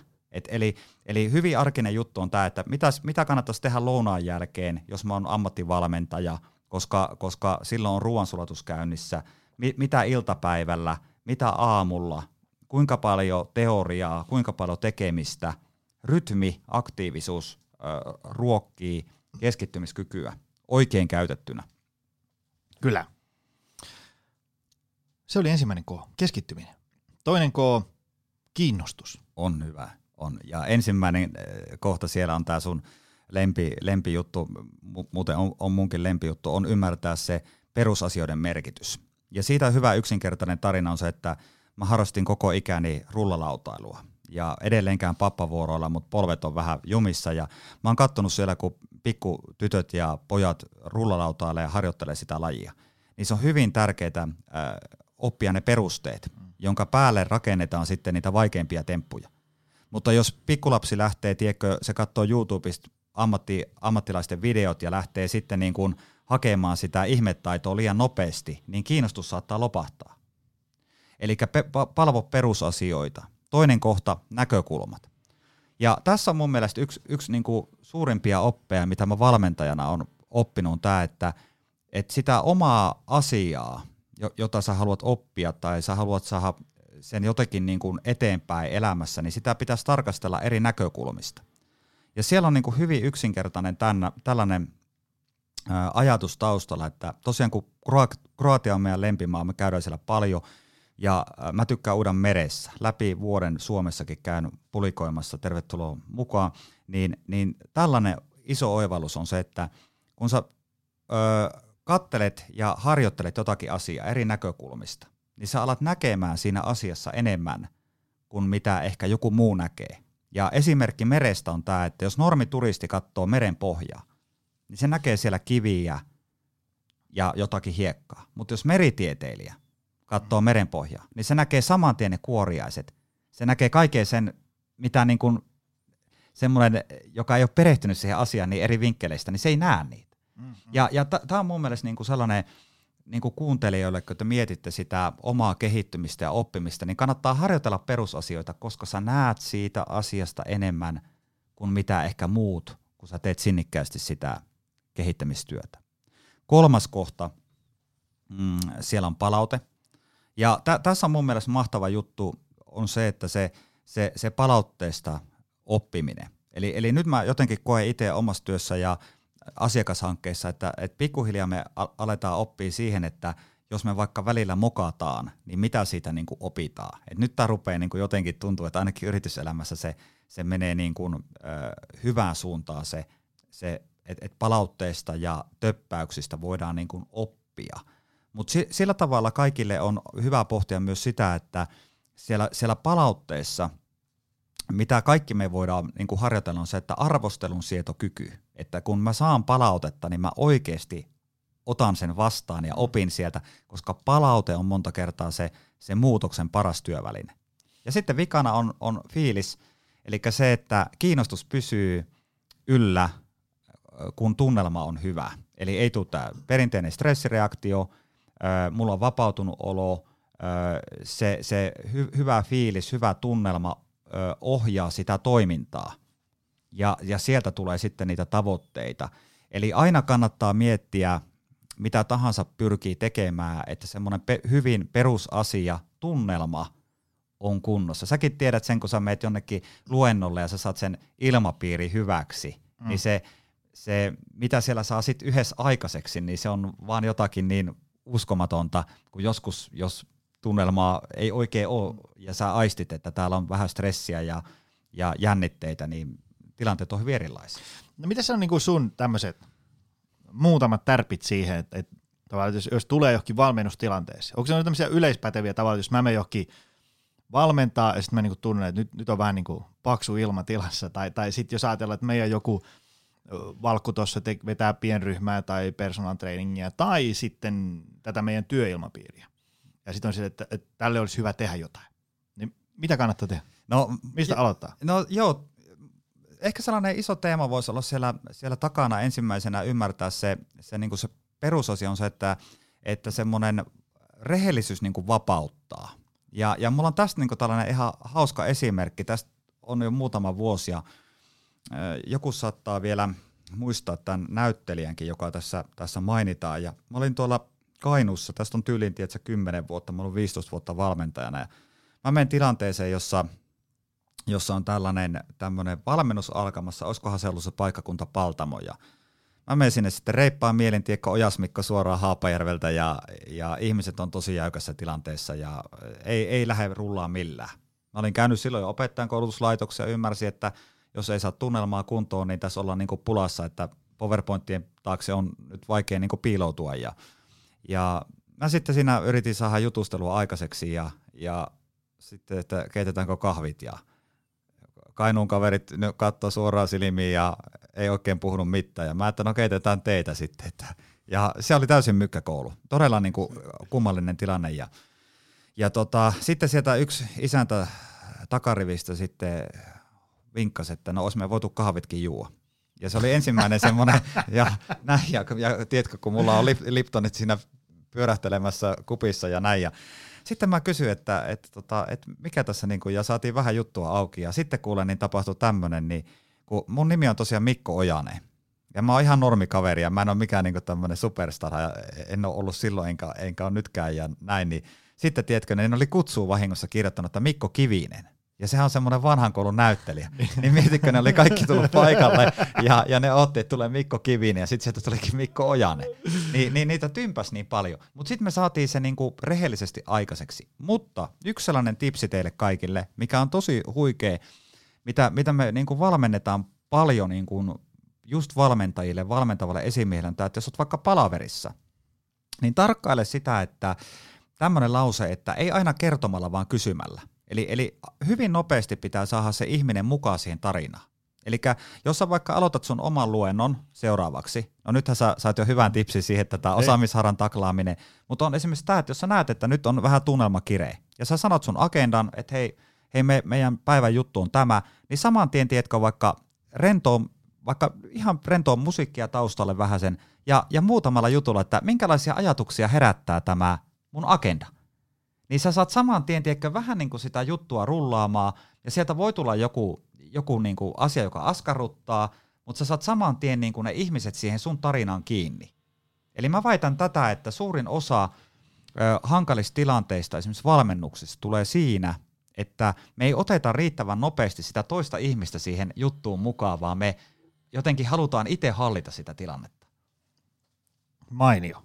Eli hyvin arkinen juttu on tämä, että mitä kannattaisi tehdä lounaan jälkeen, jos mä oon ammattivalmentaja, koska silloin on ruoansulatus käynnissä, mitä iltapäivällä, mitä aamulla, kuinka paljon teoriaa, kuinka paljon tekemistä, rytmi, aktiivisuus ruokkii keskittymiskykyä oikein käytettynä. Kyllä. Se oli ensimmäinen K, keskittyminen. Toinen K, kiinnostus. On hyvä, on. Ja ensimmäinen kohta siellä on tämä sun lempijuttu, muuten on munkin lempijuttu, on ymmärtää se perusasioiden merkitys. Ja siitä hyvä yksinkertainen tarina on se, että mä harrastin koko ikäni rullalautailua. Ja edelleenkään pappavuoroilla, mutta polvet on vähän jumissa. Ja mä oon kattonut siellä, kun pikkutytöt ja pojat rullalautailee ja harjoittelee sitä lajia. Niin se on hyvin tärkeää oppia ne perusteet, jonka päälle rakennetaan sitten niitä vaikeimpia temppuja. Mutta jos pikkulapsi lähtee, tiedätkö, se katsoo YouTubesta ammattilaisten videot ja lähtee sitten niin kuin hakemaan sitä ihmetaitoa liian nopeasti, niin kiinnostus saattaa lopahtaa. Eli palvo perusasioita. Toinen kohta, näkökulmat. Ja tässä on mun mielestä yksi niin kuin suurimpia oppeja, mitä mä valmentajana on oppinut, on tämä, että sitä omaa asiaa, jota sä haluat oppia tai sä haluat saada sen jotenkin niin kuin eteenpäin elämässä, niin sitä pitäisi tarkastella eri näkökulmista. Ja siellä on niin kuin hyvin yksinkertainen tällainen ajatus taustalla, että tosiaan kun Kroatia on meidän lempimaa, me käydään siellä paljon, ja mä tykkään uida meressä. Läpi vuoden Suomessakin käyn pulikoimassa, tervetuloa mukaan, niin tällainen iso oivallus on se, että kun sä kattelet ja harjoittelet jotakin asiaa eri näkökulmista, niin sä alat näkemään siinä asiassa enemmän kuin mitä ehkä joku muu näkee. Ja esimerkki merestä on tämä, että jos normituristi katsoo meren pohjaa, niin se näkee siellä kiviä ja jotakin hiekkaa. Mutta jos meritieteilijä katsoo merenpohjaa, niin se näkee saman tien ne kuoriaiset. Se näkee kaiken sen, mitä niin kuin semmoinen, joka ei ole perehtynyt siihen asiaan niin eri vinkkeleistä, niin se ei näe niitä. Mm-hmm. Ja tämä on mun mielestä niin kuin sellainen niin kuin kuuntelijoille, kun te mietitte sitä omaa kehittymistä ja oppimista, niin kannattaa harjoitella perusasioita, koska sä näet siitä asiasta enemmän kuin mitä ehkä muut, kun sä teet sinnikkäästi sitä kehittämistyötä. 3. kohta, siellä on palaute. Ja tässä on mun mielestä mahtava juttu on se, että se palautteesta oppiminen. Eli nyt mä jotenkin koen itse omassa työssä ja asiakashankkeissa, että pikkuhiljaa me aletaan oppia siihen, että jos me vaikka välillä mokataan, niin mitä siitä niin kuin opitaan. Et nyt tämä rupeaa niin kuin jotenkin tuntuu, että ainakin yrityselämässä se menee niin kuin, hyvään suuntaan se että palautteesta ja töppäyksistä voidaan niin kuin oppia. Mutta sillä tavalla kaikille on hyvä pohtia myös sitä, että siellä palautteessa, mitä kaikki me voidaan niin kuin harjoitella, on se, että arvostelun sietokyky. Että kun mä saan palautetta, niin mä oikeasti otan sen vastaan ja opin sieltä, koska palaute on monta kertaa se muutoksen paras työväline. Ja sitten vikana on fiilis, eli se, että kiinnostus pysyy yllä, kun tunnelma on hyvä. Eli ei tule tämä perinteinen stressireaktio, mulla on vapautunut olo, se hyvä fiilis, hyvä tunnelma ohjaa sitä toimintaa. Ja sieltä tulee sitten niitä tavoitteita. Eli aina kannattaa miettiä, mitä tahansa pyrkii tekemään, että semmoinen hyvin perusasia, tunnelma on kunnossa. Säkin tiedät sen, kun sä meet jonnekin luennolle ja sä saat sen ilmapiiri hyväksi, niin se, mitä siellä saa sitten yhdessä aikaiseksi, niin se on vaan jotakin niin uskomatonta, kun joskus, jos tunnelmaa ei oikein ole ja sä aistit, että täällä on vähän stressiä ja jännitteitä, niin tilanteet on hyvin erilaisia. No mitä se on niin kuin sun tämmöiset muutamat tärpit siihen, että tavallaan jos tulee johonkin valmennustilanteeseen, onko se tämmöisiä yleispäteviä tavallaan, jos mä menen johonkin valmentaa ja sitten mä niin kuin tunnen, että nyt on vähän niin kuin paksu ilmatilassa, tai sitten jos ajatellaan, että meidän joku valkku tuossa vetää pienryhmää tai personal trainingia, tai sitten tätä meidän työilmapiiriä, ja sitten on se, että tälle olisi hyvä tehdä jotain, niin mitä kannattaa tehdä? No, mistä aloittaa? No joo, ehkä sellainen iso teema voisi olla siellä takana ensimmäisenä ymmärtää se, niin kuin se perusasia on se, että semmoinen rehellisyys niin kuin vapauttaa. Ja mulla on tästä niin kuin tällainen ihan hauska esimerkki, tästä on jo muutama vuosi, ja joku saattaa vielä muistaa tämän näyttelijänkin, joka tässä mainitaan. Ja mä olin tuolla Kainuussa, tästä on tyyliin 10 vuotta, mä olin 15 vuotta valmentajana. Ja mä menen tilanteeseen, jossa on tämmöinen valmennus alkamassa, olisikohan se ollut se paikkakunta Paltamo. Ja mä menen sinne sitten reippaan mielintiekko Ojasmikko suoraan Haapajärveltä ja ihmiset on tosi jäykässä tilanteessa ja ei lähde rullaa millään. Mä olin käynyt silloin jo opettajan koulutuslaitoksia ja ymmärsin, että jos ei saa tunnelmaa kuntoon, niin tässä ollaan niinku pulassa, että PowerPointien taakse on nyt vaikea niinku piiloutua. Ja mä sitten siinä yritin saada jutustelua aikaiseksi ja sitten, että keitetäänkö kahvit ja Kainuun kaverit katsoo suoraan silmiin ja ei oikein puhunut mitään. Ja mä että no keitetään teitä sitten. Ja se oli täysin mykkäkoulu. Todella niin kuin kummallinen tilanne. Ja sitten sieltä yksi isäntä takarivistä sitten vinkkasi, että no olisi me voitu kahvitkin juua. Ja se oli ensimmäinen semmoinen, ja tiedätkö, kun mulla on Liptonit siinä pyörähtelemässä kupissa ja näin. Ja sitten mä kysyin, että mikä tässä, niin kuin, ja saatiin vähän juttua auki. Ja sitten kuulen, niin tapahtui tämmöinen, niin kun mun nimi on tosiaan Mikko Ojanen. Ja mä oon ihan normikaveri, ja mä en ole mikään niin kuin tämmöinen superstar, ja en ole ollut silloin, enkä ole nytkään, ja näin. Niin sitten, tiedätkö, ne oli kutsuun vahingossa kirjoittanut, että Mikko Kivinen. Ja sehän on semmoinen vanhan koulun näyttelijä. Niin mietitkö, ne oli kaikki tullut paikalle ja ne otti, että tulee Mikko Kivinen ja sitten sieltä tulikin Mikko Ojanen. Niin niitä tympäsi niin paljon. Mutta sitten me saatiin se niinku rehellisesti aikaiseksi. Mutta yksi sellainen tipsi teille kaikille, mikä on tosi huikea, mitä me niinku valmennetaan paljon niinku just valmentajille, valmentavalle esimiehelle, että jos olet vaikka palaverissa, niin tarkkaile sitä, että tämmöinen lause, että ei aina kertomalla, vaan kysymällä. Eli hyvin nopeasti pitää saada se ihminen mukaan siihen tarinaan. Eli jos sä vaikka aloitat sun oman luennon seuraavaksi, no nythän sä saat jo hyvän tipsin siihen, että tämä osaamisharan taklaaminen, mutta on esimerkiksi tämä, että jos sä näet, että nyt on vähän tunnelma kireä, ja sä sanot sun agendan, että hei meidän päivän juttu on tämä, niin saman tien tiedätkö vaikka ihan rentoa musiikkia taustalle vähäsen, ja muutamalla jutulla, että minkälaisia ajatuksia herättää tämä mun agenda. Niin sä saat saman tien, tiedätkö, vähän niin kuin sitä juttua rullaamaan, ja sieltä voi tulla joku niin kuin asia, joka askarruttaa, mutta sä saat saman tien niin kuin ne ihmiset siihen sun tarinaan kiinni. Eli mä väitän tätä, että suurin osa hankalista tilanteista, esimerkiksi valmennuksissa, tulee siinä, että me ei oteta riittävän nopeasti sitä toista ihmistä siihen juttuun mukaan, vaan me jotenkin halutaan itse hallita sitä tilannetta. Mainio.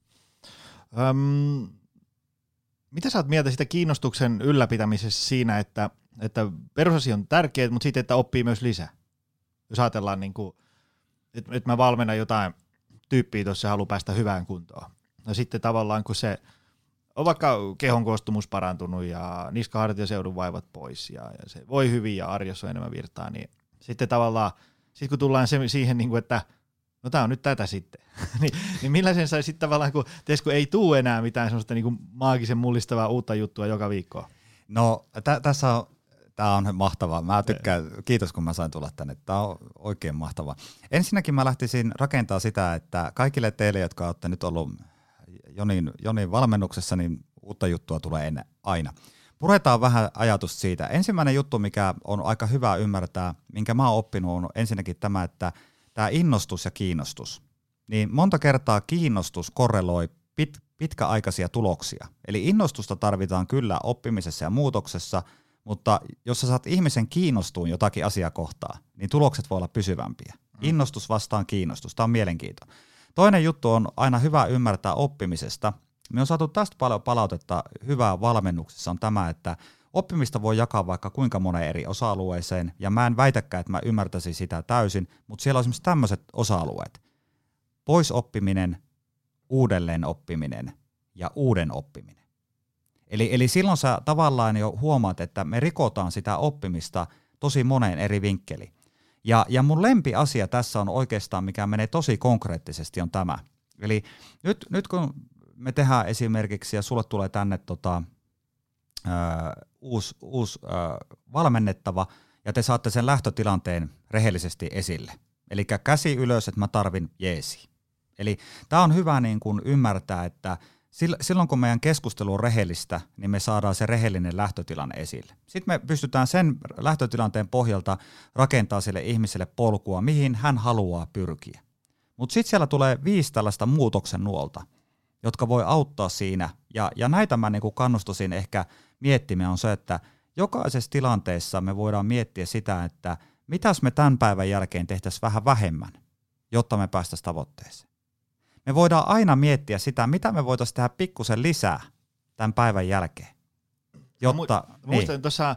Mitä sä oot mieltä sitä kiinnostuksen ylläpitämisessä siinä, että perusasia on tärkeä, mutta sitten, että oppii myös lisää? Jos ajatellaan, niin että mä valmennan jotain tyyppiä tuossa ja haluan päästä hyvään kuntoon. No sitten tavallaan, kun se on vaikka kehon koostumus parantunut ja niska-hartiaseudun vaivat pois ja se voi hyvin ja arjessa on enemmän virtaa, niin sitten tavallaan, kun tullaan siihen, niin kuin, että no tää on nyt tätä sitten, niin millaisen sai sitten tavallaan, kun ei tule enää mitään semmoista niin kuin maagisen mullistavaa uutta juttua joka viikko? No tämä on mahtavaa. Mä tykkään, kiitos kun mä sain tulla tänne. Tämä on oikein mahtavaa. Ensinnäkin mä lähtisin rakentamaan sitä, että kaikille teille, jotka olette nyt ollut Jonin valmennuksessa, niin uutta juttua tulee aina. Puretaan vähän ajatus siitä. Ensimmäinen juttu, mikä on aika hyvä ymmärtää, minkä mä oon oppinut, on ensinnäkin tämä, että tämä innostus ja kiinnostus. Niin monta kertaa kiinnostus korreloi pitkäaikaisia tuloksia. Eli innostusta tarvitaan kyllä oppimisessa ja muutoksessa, mutta jos sä saat ihmisen kiinnostuun jotakin asiaa kohtaan, niin tulokset voi olla pysyvämpiä. Innostus vastaan kiinnostus, tämä on mielenkiinto. Toinen juttu on aina hyvä ymmärtää oppimisesta. Me on saatu tästä paljon palautetta hyvää valmennuksessa on tämä, että oppimista voi jakaa vaikka kuinka moneen eri osa-alueeseen, ja mä en väitäkään, että mä ymmärtäisin sitä täysin, mutta siellä on esimerkiksi tämmöiset osa-alueet. Poisoppiminen, uudelleen oppiminen ja uuden oppiminen. Eli silloin sä tavallaan jo huomaat, että me rikotaan sitä oppimista tosi moneen eri vinkkeliin. Ja mun lempiasia tässä on oikeastaan, mikä menee tosi konkreettisesti, on tämä. Eli nyt kun me tehdään esimerkiksi, ja sulle tulee tänne uusi valmennettava, ja te saatte sen lähtötilanteen rehellisesti esille. Eli käsi ylös, että mä tarvin jeesi. Eli tämä on hyvä niin kuin ymmärtää, että silloin kun meidän keskustelu on rehellistä, niin me saadaan se rehellinen lähtötilanne esille. Sitten me pystytään sen lähtötilanteen pohjalta rakentamaan sille ihmiselle polkua, mihin hän haluaa pyrkiä. Mutta sitten siellä tulee 5 tällaista muutoksen nuolta, jotka voi auttaa siinä. Ja näitä mä niin kuin kannustaisin ehkä miettimään on se, että jokaisessa tilanteessa me voidaan miettiä sitä, että mitäs me tämän päivän jälkeen tehtäisiin vähän vähemmän, jotta me päästäisiin tavoitteeseen. Me voidaan aina miettiä sitä, mitä me voitaisiin tehdä pikkusen lisää tämän päivän jälkeen. Muistan tuossa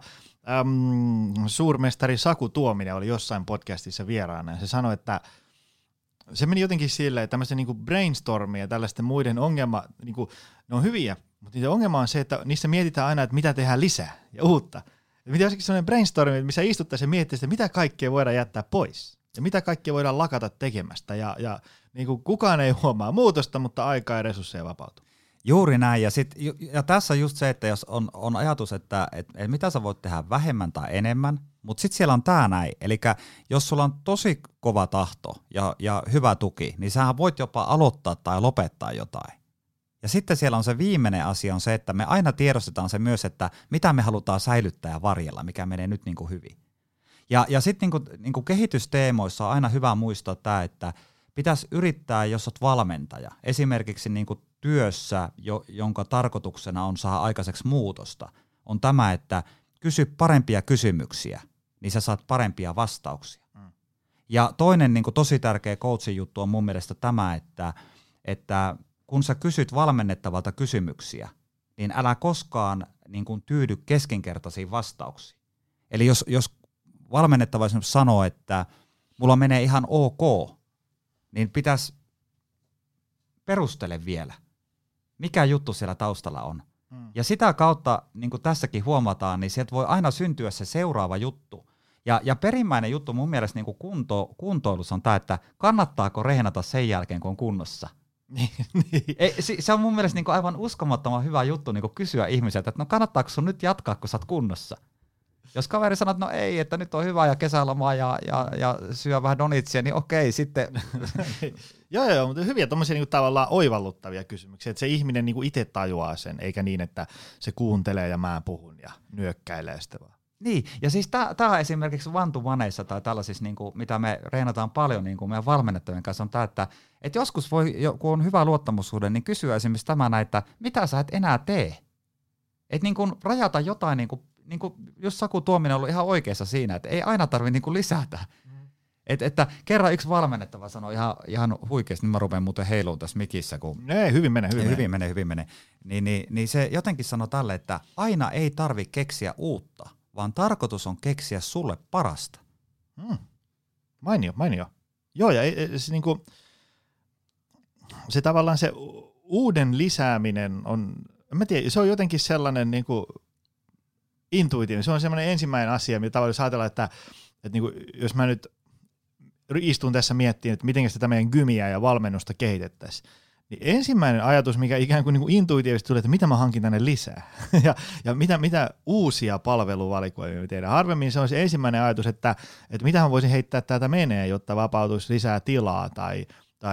suurmestari Saku Tuominen oli jossain podcastissa vieraana ja se sanoi, että se meni jotenkin silleen, että tämmöisten niinku brainstormia ja tällaisten muiden ongelma, niinku, ne on hyviä, mutta niiden ongelma on se, että niissä mietitään aina, että mitä tehdään lisää ja uutta. Ja mitä olisikin sellainen brainstormi, missä istuttaisiin ja miettiä, mitä kaikkea voidaan jättää pois ja mitä kaikkea voidaan lakata tekemästä ja niin kuin kukaan ei huomaa muutosta, mutta aikaa ja resursseja vapautuu. Juuri näin, ja tässä just se, että jos on ajatus, että mitä sä voit tehdä vähemmän tai enemmän, mutta sitten siellä on tämä näin, eli jos sulla on tosi kova tahto ja hyvä tuki, niin sähän voit jopa aloittaa tai lopettaa jotain. Ja sitten siellä on se viimeinen asia on se, että me aina tiedostetaan se myös, että mitä me halutaan säilyttää ja varjella, mikä menee nyt niin kuin hyvin. Ja sitten niin kuin kehitysteemoissa on aina hyvä muistaa tämä, että pitäisi yrittää, jos olet valmentaja, esimerkiksi niin kuin työssä, jonka tarkoituksena on saada aikaiseksi muutosta, on tämä, että kysy parempia kysymyksiä, niin sä saat parempia vastauksia. Ja toinen niin kuin tosi tärkeä coachin juttu on mun mielestä tämä, että kun sä kysyt valmennettavalta kysymyksiä, niin älä koskaan niin kuin tyydy keskinkertaisiin vastauksiin. Eli jos valmennettava esimerkiksi sanoo, että mulla menee ihan ok, niin pitäisi perustele vielä, mikä juttu siellä taustalla on. Ja sitä kautta, niin kuin tässäkin huomataan, niin sieltä voi aina syntyä se seuraava juttu. Ja perimmäinen juttu mun mielestä niin kuin kuntoilussa on tämä, että kannattaako reenata sen jälkeen, kun on kunnossa. Niin. Se on mun mielestä niin kuin aivan uskomattoman hyvä juttu niin kuin kysyä ihmiseltä, että no kannattaako sun nyt jatkaa, kun sä oot kunnossa. Jos kaveri sanoo, että no ei, että nyt on hyvä ja kesälomaa ja syö vähän donitsia, niin okei, sitten. Joo, mutta hyviä tommosia niinku tavallaan oivalluttavia kysymyksiä, että se ihminen niinku itse tajuaa sen, eikä niin, että se kuuntelee ja mä puhun ja nyökkäilee sitä vaan. Niin, ja siis tämä on esimerkiksi one-to-oneissa tai tällaisissa, niin kuin, mitä me reenataan paljon niin kuin meidän valmennettavien kanssa, on tämä, että joskus voi, kun on hyvä luottamussuhde, niin kysyä esimerkiksi tämä, että mitä sä et enää tee. Että niin kuin rajata jotain, niin kuin jos Saku Tuominen on ollut ihan oikeassa siinä, että ei aina tarvitse niin kuin lisätä. Että kerran yksi valmennettava sanoi ihan huikeasti, niin mä rupean muuten heiluun tässä mikissä. Hyvin menee. Niin se jotenkin sanoi tälle, että aina ei tarvitse keksiä uutta, vaan tarkoitus on keksiä sulle parasta. Mainio. Joo, ja se, niinku, se tavallaan se uuden lisääminen on, mä tiedän, se on jotenkin sellainen niinku intuitiivinen. Se on sellainen ensimmäinen asia, mitä tavallaan ajatellaan, että niinku, jos mä nyt istun tässä miettimään, että miten sitä meidän gymiä ja valmennusta kehitettäisiin, niin ensimmäinen ajatus, mikä ikään kuin niinku intuitiivisesti tulee, että mitä mä hankin tänne lisää ja mitä uusia palveluvalikoimia me tehdään. Harvemmin se on se ensimmäinen ajatus, että mitä mä voisin heittää täältä menee, jotta vapautuisi lisää tilaa tai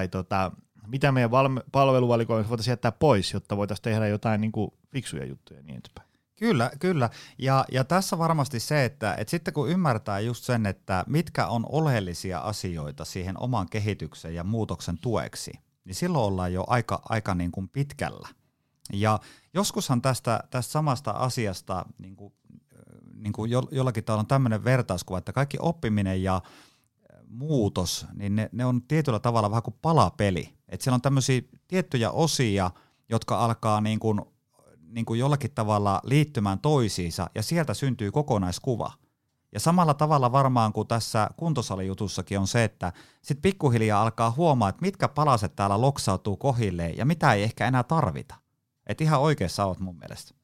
mitä meidän palveluvalikoimia voitaisiin jättää pois, jotta voitaisiin tehdä jotain niinku fiksuja juttuja ja niin edespäin. Kyllä. Ja tässä varmasti se, että sitten kun ymmärtää just sen, että mitkä on oleellisia asioita siihen oman kehityksen ja muutoksen tueksi, niin silloin ollaan jo aika niin kuin pitkällä. Ja joskushan tästä samasta asiasta niin kuin jollakin tavalla on tämmöinen vertauskuva, että kaikki oppiminen ja muutos, niin ne on tietyllä tavalla vähän kuin palapeli. Että siellä on tämmöisiä tiettyjä osia, jotka alkaa niin kuin jollakin tavalla liittymään toisiinsa, ja sieltä syntyy kokonaiskuva. Ja samalla tavalla varmaan kuin tässä kuntosalijutussakin on se, että sitten pikkuhiljaa alkaa huomaa, että mitkä palaset täällä loksautuu kohilleen ja mitä ei ehkä enää tarvita. Että ihan oikeassa olet mun mielestä.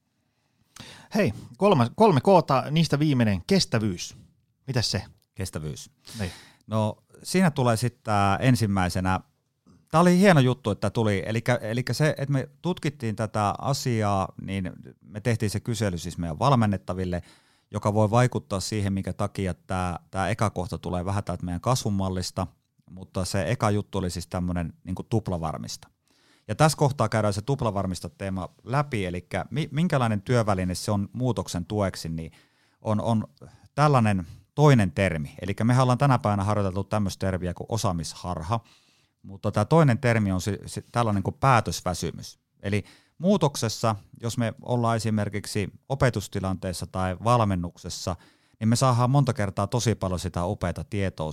Hei, 3 koota, niistä viimeinen, kestävyys. Mitäs se? Kestävyys. Niin. No siinä tulee sitten ensimmäisenä, tämä oli hieno juttu, että tuli, eli se, että me tutkittiin tätä asiaa, niin me tehtiin se kysely siis meidän valmennettaville, joka voi vaikuttaa siihen, minkä takia tämä eka kohta tulee vähän täältä meidän kasvumallista, mutta se eka juttu oli siis tämmöinen niin kuin tuplavarmista. Ja tässä kohtaa käydään se tuplavarmista teema läpi, eli minkälainen työväline se on muutoksen tueksi, niin on tällainen toinen termi. Eli mehän ollaan tänä päivänä harjoiteltu tämmöistä termiä kuin osaamisharha, mutta tämä toinen termi on se tällainen kuin päätösväsymys. Eli muutoksessa, jos me ollaan esimerkiksi opetustilanteessa tai valmennuksessa, niin me saadaan monta kertaa tosi paljon sitä upeata tietoa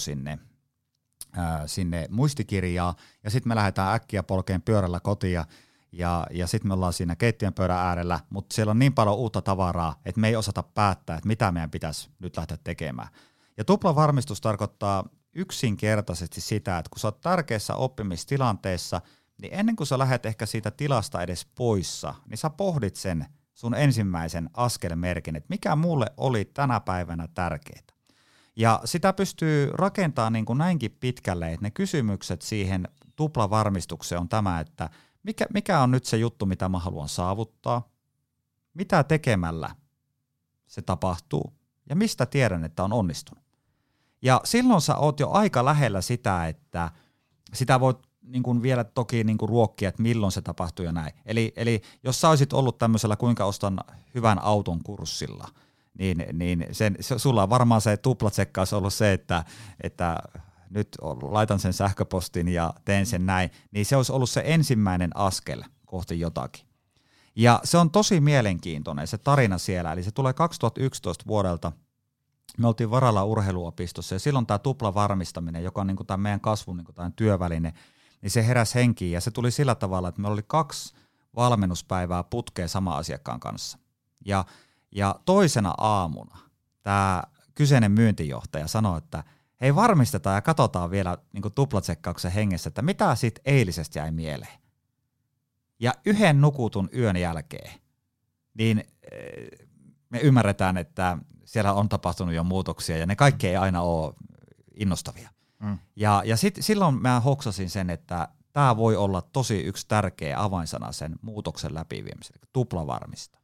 sinne muistikirjaan, ja sitten me lähdetään äkkiä polkeen pyörällä kotiin, ja sitten me ollaan siinä keittiön pöydän äärellä, mutta siellä on niin paljon uutta tavaraa, että me ei osata päättää, että mitä meidän pitäisi nyt lähteä tekemään. Ja tuplavarmistus tarkoittaa yksinkertaisesti sitä, että kun sä oot tärkeässä oppimistilanteessa, niin ennen kuin sä lähdet ehkä siitä tilasta edes poissa, niin sä pohdit sen sun ensimmäisen askelmerkin, että mikä mulle oli tänä päivänä tärkeää. Ja sitä pystyy rakentamaan niin kuin näinkin pitkälle, että ne kysymykset siihen tuplavarmistukseen on tämä, että mikä on nyt se juttu, mitä mä haluan saavuttaa, mitä tekemällä se tapahtuu ja mistä tiedän, että on onnistunut. Ja silloin sä oot jo aika lähellä sitä, että sitä voit niin kuin vielä toki niin kuin ruokkia, että milloin se tapahtuu ja näin. Eli jos sä olisit ollut tämmöisellä kuinka ostan hyvän auton kurssilla, niin sulla on varmaan se tuplatsekkaus ollut se, että nyt laitan sen sähköpostin ja teen sen näin, niin se olisi ollut se ensimmäinen askel kohti jotakin. Ja se on tosi mielenkiintoinen se tarina siellä, eli se tulee 2011 vuodelta. Me oltiin Varala urheiluopistossa ja silloin tämä tuplavarmistaminen, joka on niin kuin tämä meidän kasvun niin kuin tämä työväline, niin se heräsi henkiin ja se tuli sillä tavalla, että meillä oli 2 valmennuspäivää putkeen sama asiakkaan kanssa. Ja toisena aamuna tämä kyseinen myyntijohtaja sanoi, että hei varmistetaan ja katsotaan vielä niin kuin tuplatsekkauksen hengessä, että mitä siitä eilisestä jäi mieleen. Ja 1 nukutun yön jälkeen, niin me ymmärretään, että siellä on tapahtunut jo muutoksia ja ne kaikki ei aina ole innostavia. Ja silloin mä hoksasin sen, että tämä voi olla tosi yksi tärkeä avainsana sen muutoksen läpiviemiselle, tuplavarmista.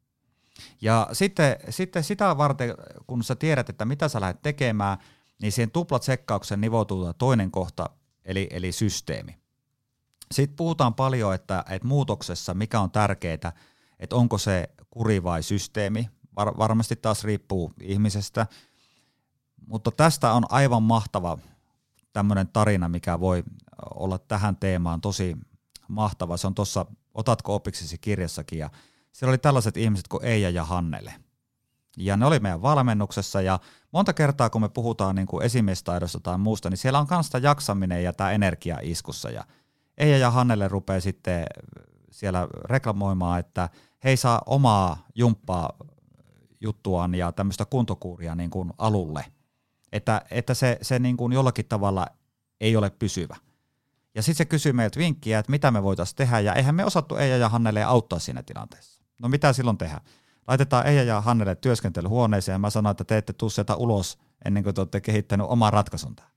Ja sitten sitä varten, kun sä tiedät, että mitä sä lähdet tekemään, niin siihen tuplatsekkauksen nivoutuu toinen kohta, eli systeemi. Sitten puhutaan paljon, että muutoksessa mikä on tärkeää, että onko se kuri vai systeemi. Varmasti taas riippuu ihmisestä, mutta tästä on aivan mahtava tämmöinen tarina, mikä voi olla tähän teemaan tosi mahtava. Se on tuossa Otatko opiksesi kirjassakin, ja siellä oli tällaiset ihmiset kuin Eija ja Hannele. Ja ne oli meidän valmennuksessa, ja monta kertaa kun me puhutaan niin kuin esimiestaidosta tai muusta, niin siellä on myös sitä jaksaminen ja tämä energia iskussa. Ja Eija ja Hannele rupeaa sitten siellä reklamoimaan, että he ei saa omaa jumppaa juttuaan ja tämmöistä kuntokuuria niin kuin alulle. Että se niin kuin jollakin tavalla ei ole pysyvä. Ja sitten se kysyy meiltä vinkkiä, että mitä me voitaisiin tehdä, ja eihän me osattu Eija ja Hannele auttaa siinä tilanteessa. No mitä silloin tehdä? Laitetaan Eija ja Hannele työskentelyhuoneeseen, ja mä sanoin, että te ette tule sieltä ulos ennen kuin te olette kehittänyt oman ratkaisun tähän.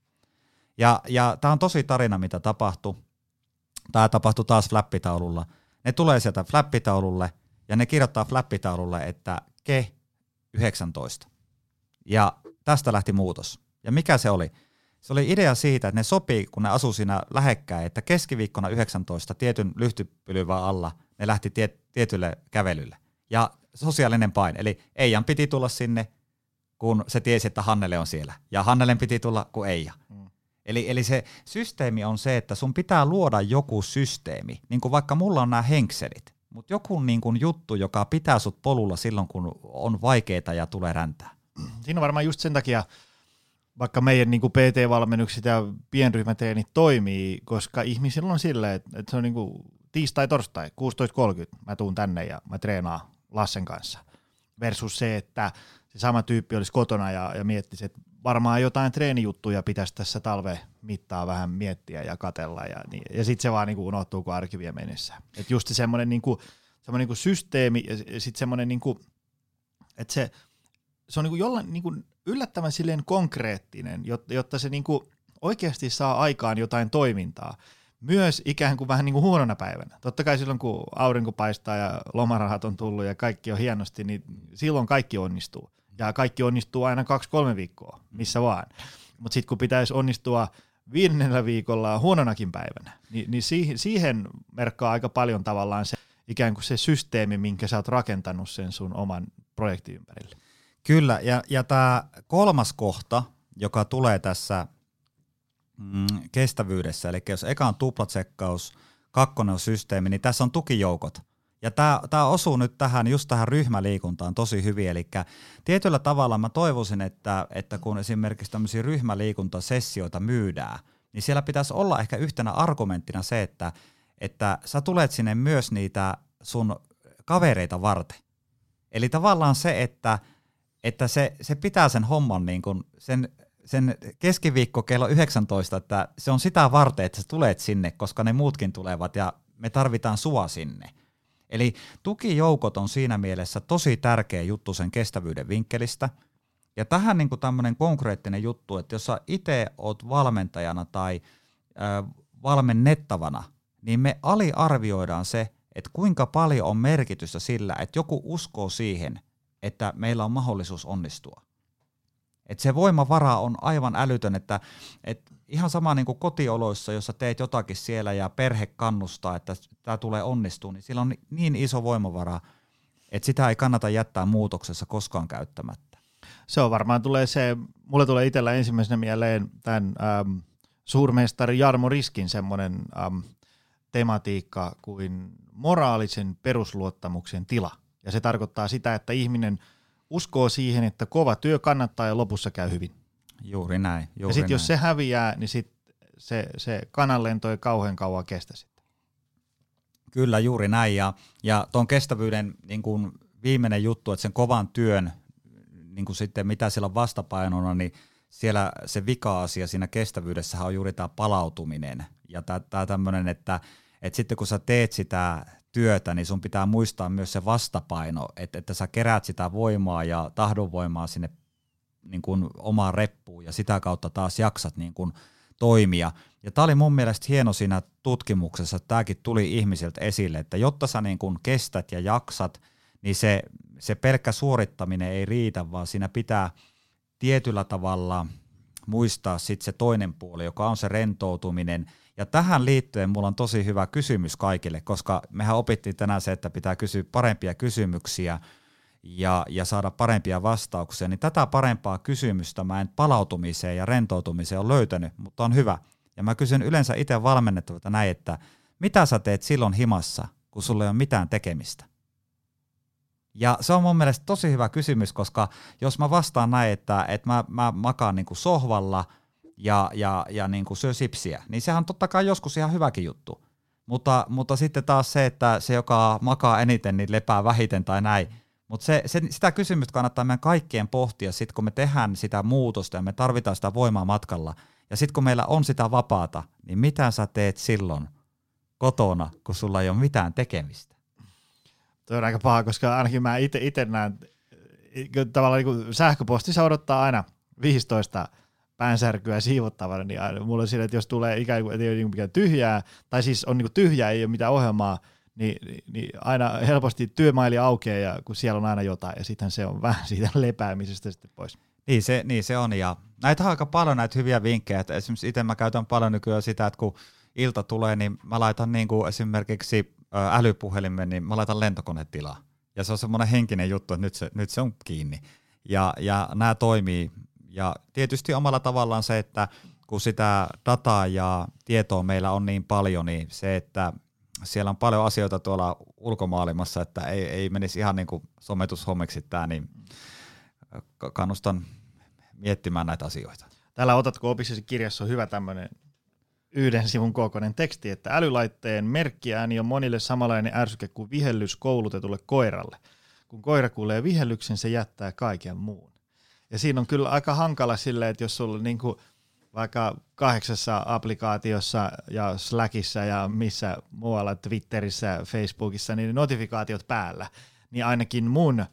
Ja tämä on tosi tarina, mitä tapahtui. Tämä tapahtui taas flappitaululla. Ne tulee sieltä flappitaululle, ja ne kirjoittaa flappitaululle, että ke 19. Ja tästä lähti muutos. Ja mikä se oli? Se oli idea siitä, että ne sopii, kun ne asuu siinä lähekkäin, että keskiviikkona 19 tietyn lyhtypylvän alla ne lähti tietylle kävelylle. Ja sosiaalinen paine, eli Eijan piti tulla sinne, kun se tiesi, että Hannele on siellä. Ja Hannelen piti tulla, kun Eija. Eli se systeemi on se, että sun pitää luoda joku systeemi, niin kuin vaikka mulla on nämä henkselit, mutta joku niin kuin juttu, joka pitää sut polulla silloin, kun on vaikeaa ja tulee räntää. Siinä on varmaan just sen takia, vaikka meidän niin kuin PT-valmennukset ja pienryhmätreenit toimii, koska ihmisillä on silleen, että se on niin kuin tiistai-torstai, 16.30, mä tuun tänne ja mä treenaan Lassen kanssa. Versus se, että se sama tyyppi olisi kotona ja miettisi, että varmaan jotain treenijuttuja pitäisi tässä talven mittaa vähän miettiä ja katella. Ja sitten se vaan niin kuin unohtuu, kun arki vie mennessä. Että just semmoinen niin kuin systeemi ja sitten semmoinen, niin kuin, että se on niin kuin jollain niin kuin yllättävän silleen konkreettinen, jotta se niin kuin oikeasti saa aikaan jotain toimintaa. Myös ikään kuin vähän niin kuin huonona päivänä. Totta kai silloin, kun aurinko paistaa ja lomarahat on tullut ja kaikki on hienosti, niin silloin kaikki onnistuu. Ja kaikki onnistuu aina 2-3 viikkoa, missä vaan. Mutta sitten kun pitäisi onnistua 5. viikolla huononakin päivänä, niin siihen merkkaa aika paljon tavallaan se ikään kuin se systeemi, minkä sä oot rakentanut sen sun oman projektin ympärille. Kyllä, ja tämä kolmas kohta, joka tulee tässä kestävyydessä, eli jos eka on tuplatsekkaus, 2 on systeemi, niin tässä on tukijoukot. Ja tämä osuu nyt just tähän ryhmäliikuntaan tosi hyvin, eli tietyllä tavalla mä toivoisin, että kun esimerkiksi tämmöisiä ryhmäliikuntasessioita myydään, niin siellä pitäisi olla ehkä yhtenä argumenttina se, että sä tulet sinne myös niitä sun kavereita varten. Eli tavallaan se, että se pitää sen homman niin kuin sen keskiviikko kello 19, että se on sitä varten, että sä tulet sinne, koska ne muutkin tulevat ja me tarvitaan sua sinne. Eli tukijoukot on siinä mielessä tosi tärkeä juttu sen kestävyyden vinkkelistä. Ja tähän niin kuin tämmöinen konkreettinen juttu, että jos sä itse oot valmentajana tai valmennettavana, niin me aliarvioidaan se, että kuinka paljon on merkitystä sillä, että joku uskoo siihen, että meillä on mahdollisuus onnistua. Että se voimavara on aivan älytön, että ihan sama niin kuin kotioloissa, jossa teet jotakin siellä ja perhe kannustaa, että tämä tulee onnistua, niin sillä on niin iso voimavara, että sitä ei kannata jättää muutoksessa koskaan käyttämättä. Se on varmaan mulle tulee itsellä ensimmäisenä mieleen tämän suurmestari Jarmo Riskin semmoinen tematiikka kuin moraalisen perusluottamuksen tila. Ja se tarkoittaa sitä, että ihminen uskoo siihen, että kova työ kannattaa ja lopussa käy hyvin. Juuri näin. Ja sitten jos se häviää, niin sit se kananlento ei kauhean kauan kestä sitten. Kyllä, juuri näin. Ja tuon kestävyyden niin kun viimeinen juttu, että sen kovan työn, niin kun sitten mitä siellä on vastapainona, niin siellä se vika-asia siinä kestävyydessähän on juuri tämä palautuminen. Ja tämä tämmöinen, että sitten kun sä teet sitä työtä, niin sun pitää muistaa myös se vastapaino, että sä keräät sitä voimaa ja tahdonvoimaa sinne niin kuin omaan reppuun ja sitä kautta taas jaksat niin kuin toimia. Ja tämä oli mun mielestä hieno siinä tutkimuksessa, että tämäkin tuli ihmisiltä esille, että jotta sä niin kuin kestät ja jaksat, niin se pelkkä suorittaminen ei riitä, vaan siinä pitää tietyllä tavalla muistaa sitten se toinen puoli, joka on se rentoutuminen. Ja tähän liittyen mulla on tosi hyvä kysymys kaikille, koska mehän opittiin tänään se, että pitää kysyä parempia kysymyksiä ja saada parempia vastauksia, niin tätä parempaa kysymystä mä en palautumiseen ja rentoutumiseen ole löytänyt, mutta on hyvä. Ja mä kysyn yleensä itse valmennettavalta näin, että mitä sä teet silloin himassa, kun sulla ei ole mitään tekemistä? Ja se on mun mielestä tosi hyvä kysymys, koska jos mä vastaan näin, että mä makaan niin kuin sohvalla ja niin kuin syö sipsiä, niin sehän on totta kai joskus ihan hyväkin juttu. Mutta sitten taas se, että se, joka makaa eniten, niin lepää vähiten tai näin. Mutta sitä kysymystä kannattaa meidän kaikkien pohtia, sit kun me tehdään sitä muutosta ja me tarvitaan sitä voimaa matkalla. Ja sitten kun meillä on sitä vapaata, niin mitä sä teet silloin kotona, kun sulla ei ole mitään tekemistä? Tuo on aika paha, koska ainakin mä itse näen, tavallaan niin sähköpostissa odottaa aina 15 päänsärkyä siivottavana, niin aina, mulla on sillä, että jos tulee ikään kuin, ei ole mikään tyhjää, tai siis on niin tyhjää, ei ole mitään ohjelmaa, niin aina helposti työmaili aukeaa, ja kun siellä on aina jotain, ja sitten se on vähän siitä lepäämisestä sitten pois. Niin se on, ja näitä on aika paljon näitä hyviä vinkkejä, että esimerkiksi itse mä käytän paljon nykyään sitä, että kun ilta tulee, niin mä laitan niin kuin esimerkiksi älypuhelimen, niin mä laitan lentokonetilaa. Ja se on semmoinen henkinen juttu, että nyt se on kiinni. Ja nämä toimii. Ja tietysti omalla tavallaan se, että kun sitä dataa ja tietoa meillä on niin paljon, niin se, että siellä on paljon asioita tuolla ulkomaailmassa, että ei menisi ihan niin kuin sometushommiksi tämä, niin kannustan miettimään näitä asioita. Täällä Otatko opissasi kirjassa on hyvä tämmöinen 1 sivun kokoinen teksti, että älylaitteen merkkiääni on monille samanlainen ärsyke kuin vihellys koulutetulle koiralle. Kun koira kuulee vihellyksen, se jättää kaiken muun. Ja siinä on kyllä aika hankala silleen, että jos sulla niin kuin vaikka 8 applikaatiossa ja Slackissa ja missä muualla, Twitterissä, Facebookissa, niin notifikaatiot päällä, niin ainakin mun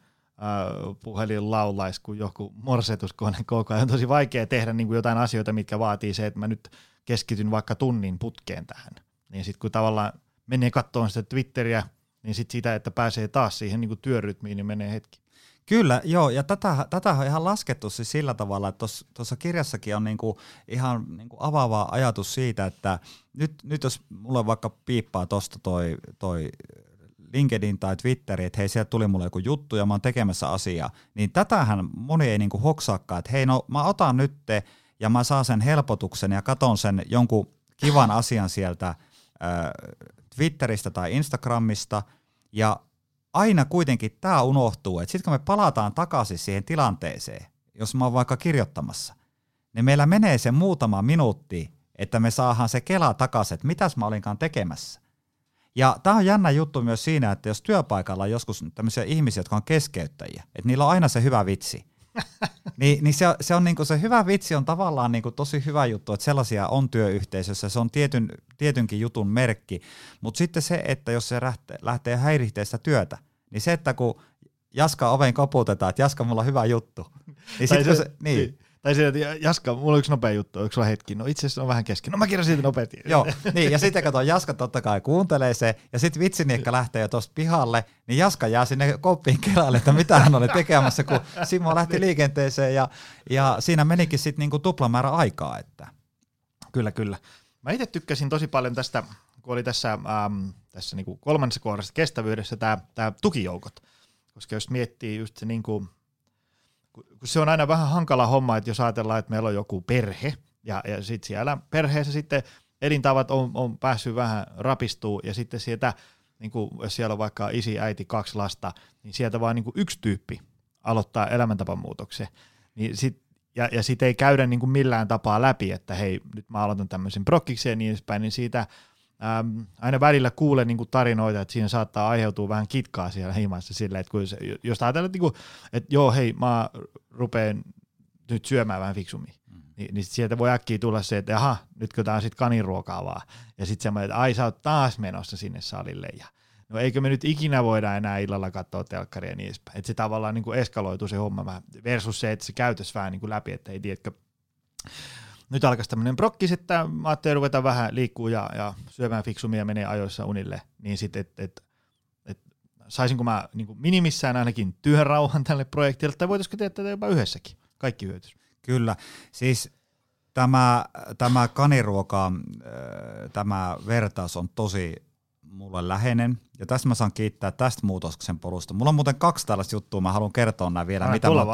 puhelin laulaisi kuin joku morsetuskone koko ajan. On tosi vaikea tehdä niin kuin jotain asioita, mitkä vaatii se, että mä nyt keskityn vaikka tunnin putkeen tähän. Niin sitten kun tavallaan menee katsomaan sitä Twitteriä, niin sitten sitä, että pääsee taas siihen niin kuin työrytmiin, niin menee hetki. Kyllä, joo, ja tätä on ihan laskettu siis sillä tavalla, että tuossa kirjassakin on niinku ihan niinku avaava ajatus siitä, että nyt jos mulle vaikka piippaa tuosta toi LinkedIn tai Twitteri, että hei, sieltä tuli mulle joku juttu ja mä oon tekemässä asiaa, niin tätähän moni ei niinku hoksaakaan, että hei, no mä otan nyt ja mä saan sen helpotuksen ja katon sen jonkun kivan asian sieltä Twitteristä tai Instagramista, ja aina kuitenkin tämä unohtuu, että sitten kun me palataan takaisin siihen tilanteeseen, jos mä oon vaikka kirjoittamassa, niin meillä menee se muutama minuutti, että me saadaan se kela takaisin, että mitäs mä olinkaan tekemässä. Ja tämä on jännä juttu myös siinä, että jos työpaikalla on joskus tämmöisiä ihmisiä, jotka on keskeyttäjiä, että niillä on aina se hyvä vitsi, niin se on niinku, se hyvä vitsi on tavallaan niinku tosi hyvä juttu, että sellaisia on työyhteisössä, se on tietynkin jutun merkki, mutta sitten se, että jos se lähtee häirihtää sitä työtä, niin se, että kun Jaska oven koputetaan, että Jaska, mulla on hyvä juttu. Niin Tai se, että Jaska, mulla on yksi nopea juttu, onko sulla hetki? No itse asiassa on vähän kesken. No mä kirjan siitä nopeasti. Joo, niin, ja sitten kato, Jaska totta kai kuuntelee se, ja sitten vitsiniekka lähtee jo tuosta pihalle, niin Jaska jää sinne koppiin kelalle, että mitä hän oli tekemässä, kun Simo lähti liikenteeseen, ja siinä menikin sitten niinku tuplamäärä aikaa. Että. Kyllä. Mä itse tykkäsin tosi paljon tästä, kun oli tässä niinku 3. kohdassa kestävyydessä tämä tukijoukot, koska jos miettii just se niinku, kun se on aina vähän hankala homma, että jos ajatellaan, että meillä on joku perhe, ja sitten siellä perheessä sitten elintavat on päässyt vähän rapistuu, ja sitten sieltä, niin kuin, jos siellä on vaikka isi, äiti, 2 lasta, niin sieltä vaan niin kuin yksi tyyppi aloittaa elämäntapamuutoksen. Niin ja sitten ei käydä niin kuin millään tapaa läpi, että hei, nyt mä aloitan tämmöisen prokkiksen ja niin edespäin, niin siitä aina välillä kuulee niin kuin tarinoita, että siinä saattaa aiheutua vähän kitkaa siellä himassa silleen, että jos ajatellaan, että joo, hei, mä rupean nyt syömään vähän fiksummin, niin sieltä voi äkkiä tulla se, että aha, nytkö tää on sitten kaninruokaa vaan, ja sitten semmoinen, että ai sä oot taas menossa sinne salille, ja no eikö me nyt ikinä voida enää illalla katsoa telkkaria ja niin edespäin. Että se tavallaan niin kuin eskaloituu se homma vähän versus se, että se käytös vähän niin kuin läpi, että ei tiedätkö. Nyt alkaisi tämmöinen prokkis, että mä ajattelin ruveta vähän liikkuu ja syömään fiksumia ja menee ajoissa unille, niin sitten, että saisinko mä niin kuin minimissään ainakin työrauhan tälle projektille, tai voitaisiko tehdä tätä jopa yhdessäkin? Kaikki hyötyisi. Kyllä, siis tämä kaniruoka, tämä vertaus on tosi mulle läheinen, ja tästä mä saan kiittää tästä muutoksen polusta. Mulla on muuten 2 tällaista juttua, mä haluan kertoa nämä vielä.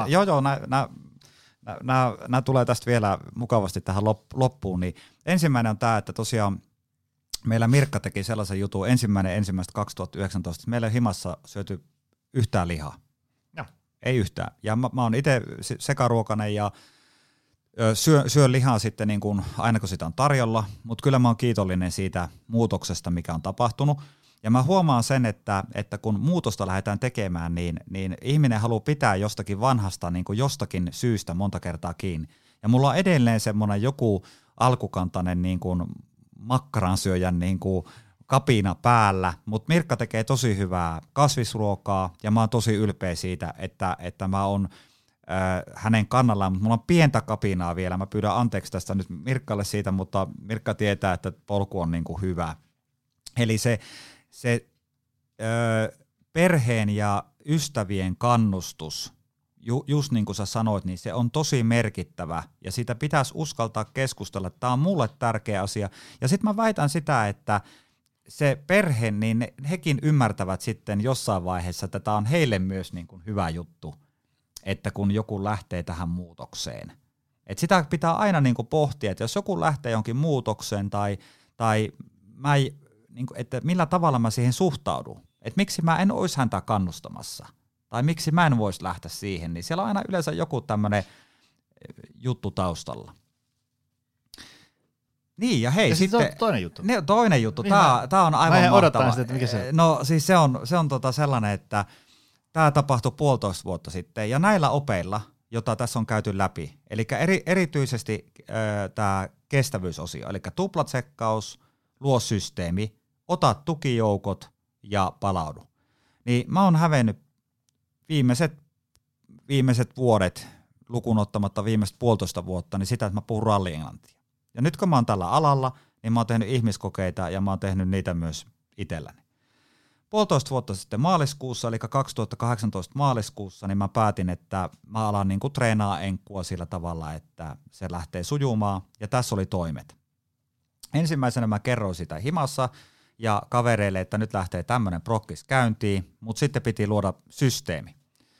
Nämä tulee tästä vielä mukavasti tähän loppuun. Niin ensimmäinen on tämä, että tosiaan meillä Mirkka teki sellaisen jutun 1.1.2019, että meillä ei himassa syöty yhtään lihaa. No. Ei yhtään. Ja mä oon itse sekaruokainen ja syön lihaa sitten niin kuin aina kun sitä on tarjolla, mutta kyllä mä oon kiitollinen siitä muutoksesta, mikä on tapahtunut. Ja mä huomaan sen, että kun muutosta lähdetään tekemään, niin ihminen haluaa pitää jostakin vanhasta niin kuin jostakin syystä monta kertaa kiinni. Ja mulla on edelleen semmoinen joku alkukantainen niin kuin makkaransyöjän niin kuin kapina päällä, mutta Mirkka tekee tosi hyvää kasvisruokaa ja mä oon tosi ylpeä siitä, että mä oon hänen kannallaan, mutta mulla on pientä kapinaa vielä. Mä pyydän anteeksi tästä nyt Mirkkalle siitä, mutta Mirkka tietää, että polku on niin kuin hyvä. Eli se perheen ja ystävien kannustus, just niin kuin sä sanoit, niin se on tosi merkittävä ja siitä pitäisi uskaltaa keskustella. Tämä on mulle tärkeä asia. Ja sitten mä väitän sitä, että se perhe, niin hekin ymmärtävät sitten jossain vaiheessa, että tämä on heille myös niin kuin hyvä juttu, että kun joku lähtee tähän muutokseen. Et sitä pitää aina niin kuin pohtia, että jos joku lähtee jonkin muutokseen tai mä ei, niin kuin, että millä tavalla mä siihen suhtaudun, että miksi mä en olisi häntä kannustamassa tai miksi mä en voisi lähteä siihen, niin siellä on aina yleensä joku tämmöinen juttu taustalla. Niin ja hei, ja sitten toinen juttu. Toinen juttu, niin tämä on aivan mahtava. Odottaa sitä, että mikä se on. No siis se on sellainen, että tämä tapahtui 1,5 vuotta sitten ja näillä opeilla, jota tässä on käyty läpi, eli erityisesti tämä kestävyysosio, eli tuplatsekkaus, luo systeemi, ota tukijoukot ja palaudu. Niin mä oon hävennyt viimeiset vuodet, lukuun ottamatta viimeiset 1,5 vuotta, niin sitä, että mä puhun ralli-englantia. Ja nyt kun mä oon tällä alalla, niin mä oon tehnyt ihmiskokeita ja mä oon tehnyt niitä myös itselläni. 1,5 vuotta sitten maaliskuussa, eli 2018 maaliskuussa, niin mä päätin, että mä alan niin kuin treenaa enkkua sillä tavalla, että se lähtee sujumaan, ja tässä oli toimet. Ensimmäisenä mä kerroin sitä himassa ja kavereille, että nyt lähtee tämmöinen prokkis käyntiin, mutta sitten piti luoda systeemi.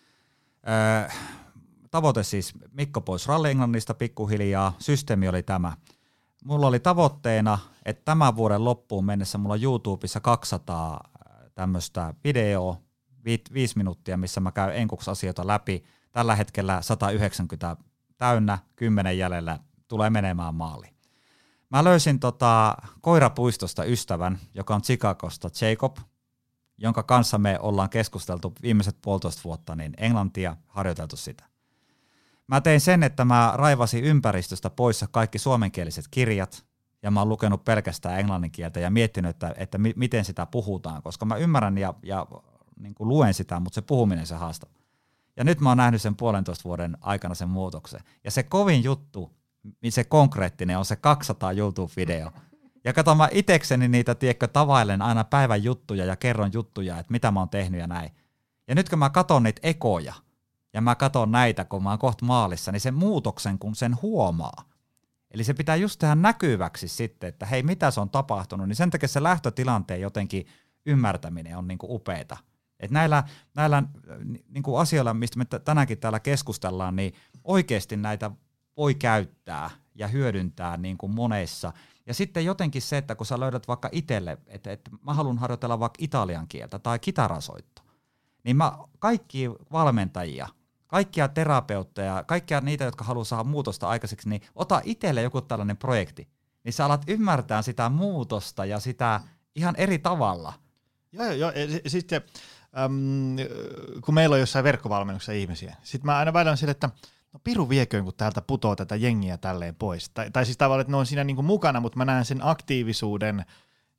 Tavoite siis Mikko pois ralli-englannista pikkuhiljaa, systeemi oli tämä. Mulla oli tavoitteena, että tämän vuoden loppuun mennessä mulla on YouTubessa 200 tämmöistä videoa, 5 minuuttia, missä mä käyn enkuksi asioita läpi. Tällä hetkellä 190 täynnä, 10 jäljellä tulee menemään maaliin. Mä löysin koirapuistosta ystävän, joka on Chicagosta, Jacob, jonka kanssa me ollaan keskusteltu viimeiset 1,5 vuotta, niin englantia, harjoiteltu sitä. Mä tein sen, että mä raivasin ympäristöstä poissa kaikki suomenkieliset kirjat, ja mä oon lukenut pelkästään englannin kieltä ja miettinyt, että miten sitä puhutaan, koska mä ymmärrän ja niin kuin luen sitä, mutta se puhuminen se haastaa. Ja nyt mä oon nähnyt sen 1,5 vuoden aikana sen muutoksen. Ja se kovin juttu, se konkreettinen, on se 200 YouTube-video. Ja kato, mä itekseni niitä, tavailen aina päivän juttuja ja kerron juttuja, että mitä mä oon tehnyt ja näin. Ja nyt kun mä katon niitä ekoja, ja mä katon näitä, kun mä oon kohta maalissa, niin sen muutoksen, kun sen huomaa. Eli se pitää just tehdä näkyväksi sitten, että hei, mitä se on tapahtunut, niin sen takia se lähtötilanteen jotenkin ymmärtäminen on niinku upeeta. Että näillä niinku asioilla, mistä me tänäänkin täällä keskustellaan, niin oikeasti näitä voi käyttää ja hyödyntää niinku monessa. Ja sitten jotenkin se, että kun sä löydät vaikka itselle, että mä haluan harjoitella vaikka italian kieltä tai kitarasoitto, niin kaikki valmentajia, kaikkia terapeutteja, kaikkia niitä, jotka haluaa saada muutosta aikaiseksi, niin ota itselle joku tällainen projekti. Niin sä alat ymmärtää sitä muutosta ja sitä ihan eri tavalla. Joo. Sitten kun meillä on jossain verkkovalmennuksessa ihmisiä, sitten mä aina väitän sille, että no piru vieköön, kun täältä putoo tätä jengiä tälleen pois. Tai siis tavallaan, että ne on siinä niinku mukana, mutta mä näen sen aktiivisuuden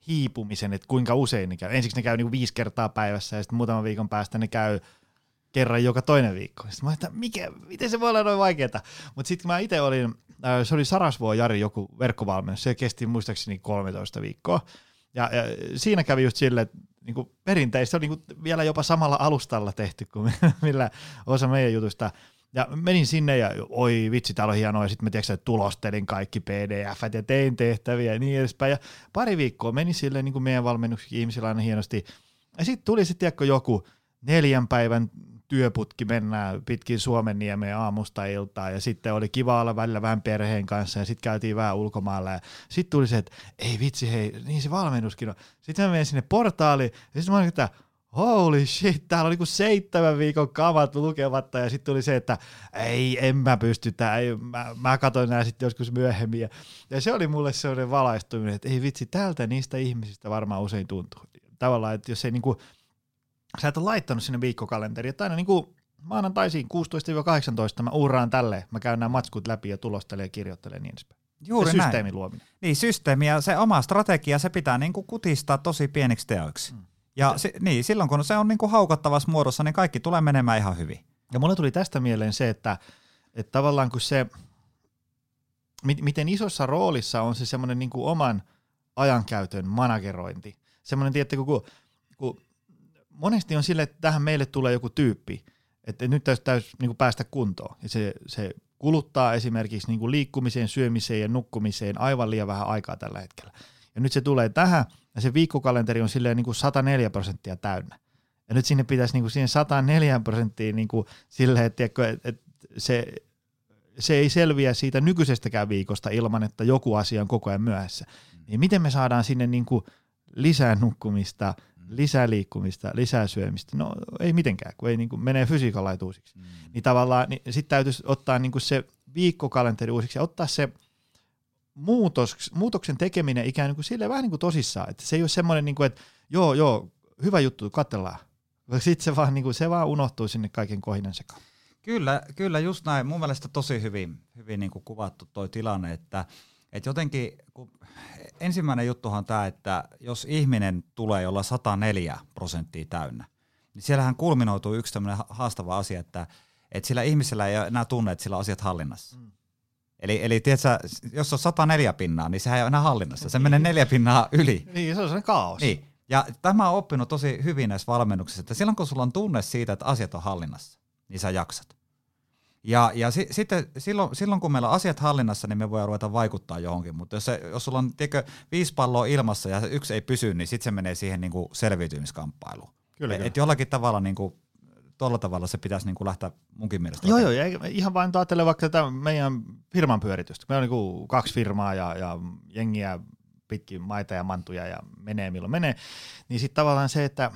hiipumisen, että kuinka usein ne käy. Ensiksi ne käy niin kuin 5 kertaa päivässä ja sitten muutaman viikon päästä ne käy kerran joka toinen viikko. Sitten mä että miten se voi olla noin vaikeaa? Mutta sitten mä itse olin, se oli Sarasvuo Jari joku verkkovalmennus, se kesti muistaakseni 13 viikkoa. Ja siinä kävi just silleen, että niin perinteistä on niin vielä jopa samalla alustalla tehty kuin millä osa meidän jutusta. Ja menin sinne ja oi vitsi, täällä on hienoa, ja sitten mä tulostelin kaikki pdf-t ja tein tehtäviä ja niin edespäin. Ja pari viikkoa meni silleen, niin kuin meidän valmennuksikin ihmisillä aina hienosti. Ja sitten tuli sitten joku 4 päivän työputki, mennään pitkin Suomenniemeen aamusta iltaan, ja sitten oli kiva olla välillä vähän perheen kanssa, ja sitten käytiin vähän ulkomailla, ja sitten tuli se, että ei vitsi, hei, niin se valmennuskin on. Sitten mä menin sinne portaaliin, ja sitten mä olin, että holy shit, täällä on niinku 7 viikon kamat lukematta, ja sitten tuli se, että en mä pysty, mä katsoin nää sitten joskus myöhemmin, ja se oli mulle sellainen valaistuminen, että ei vitsi, tältä niistä ihmisistä varmaan usein tuntuu. Tavallaan, että jos ei niinku, sä et ole laittanut sinne viikkokalenteriin, että aina niinku maanantaisiin 16-18 mä uhraan tälleen, mä käyn nämä matskut läpi ja tulostelen ja kirjoittelen niin edespäin. Juuri se näin. Systeemin luominen. Niin, systeemi ja se oma strategia, se pitää niinku kutistaa tosi pieniksi teoiksi. Ja silloin kun se on niinku haukattavassa muodossa, niin kaikki tulee menemään ihan hyvin. Ja mulle tuli tästä mieleen se, että tavallaan kun se, miten isossa roolissa on se semmoinen niinku oman ajankäytön managerointi. Semmoinen, tiedättekö, kun monesti on sille, että tähän meille tulee joku tyyppi, että nyt täytyy niin päästä kuntoon. Ja se kuluttaa esimerkiksi niin liikkumiseen, syömiseen ja nukkumiseen aivan liian vähän aikaa tällä hetkellä. Ja nyt se tulee tähän, ja se viikkokalenteri on silleen niin 104% täynnä. Ja nyt sinne pitäisi niin siihen 104% niin silleen, että se ei selviä siitä nykyisestäkään viikosta ilman, että joku asia on koko ajan myöhässä. Niin miten me saadaan sinne niin lisää nukkumista, lisää liikkumista, lisää syömistä? No ei mitenkään, kun ei menee fysiikan lait uusiksi. Niin tavallaan sitten täytyisi ottaa se viikkokalenteri uusiksi ja ottaa se muutoksen tekeminen ikään kuin silleen vähän tosissaan, että se ei ole semmoinen, että joo, hyvä juttu, katsellaan. Sitten se vaan unohtuu sinne kaiken kohinan sekaan. Kyllä just näin. Mun mielestä tosi hyvin kuvattu toi tilanne, että jotenkin, kun ensimmäinen juttuhan on tämä, että jos ihminen tulee jolla 104% täynnä, niin siellähän kulminoituu yksi tämmöinen haastava asia, että sillä ihmisellä ei enää tunne, että sillä on asiat hallinnassa. Eli tiedätkö, jos on 104 pinnaa, niin sehän ei ole enää hallinnassa. Se menee 4 pinnaa yli. Niin, se on sellainen kaos. Niin. Ja tämä on oppinut tosi hyvin näissä valmennuksissa, että silloin kun sulla on tunne siitä, että asiat on hallinnassa, niin sä jaksat. Ja sitten silloin kun meillä on asiat hallinnassa, niin me voidaan ruveta vaikuttaa johonkin, mutta jos sulla on 5 palloa ilmassa ja 1 ei pysy, niin sitten se menee siihen niin kuin selviytymiskamppailuun. Kyllä. Et jollakin tavalla, niin kuin, tuolla tavalla se pitäisi niin kuin lähteä munkin mielestä. Joo, ja ihan vain ajattelen vaikka tätä meidän firman pyöritystä. Meillä on niin kuin 2 firmaa ja jengiä pitkin maita ja mantuja ja menee milloin menee, niin sitten tavallaan se, että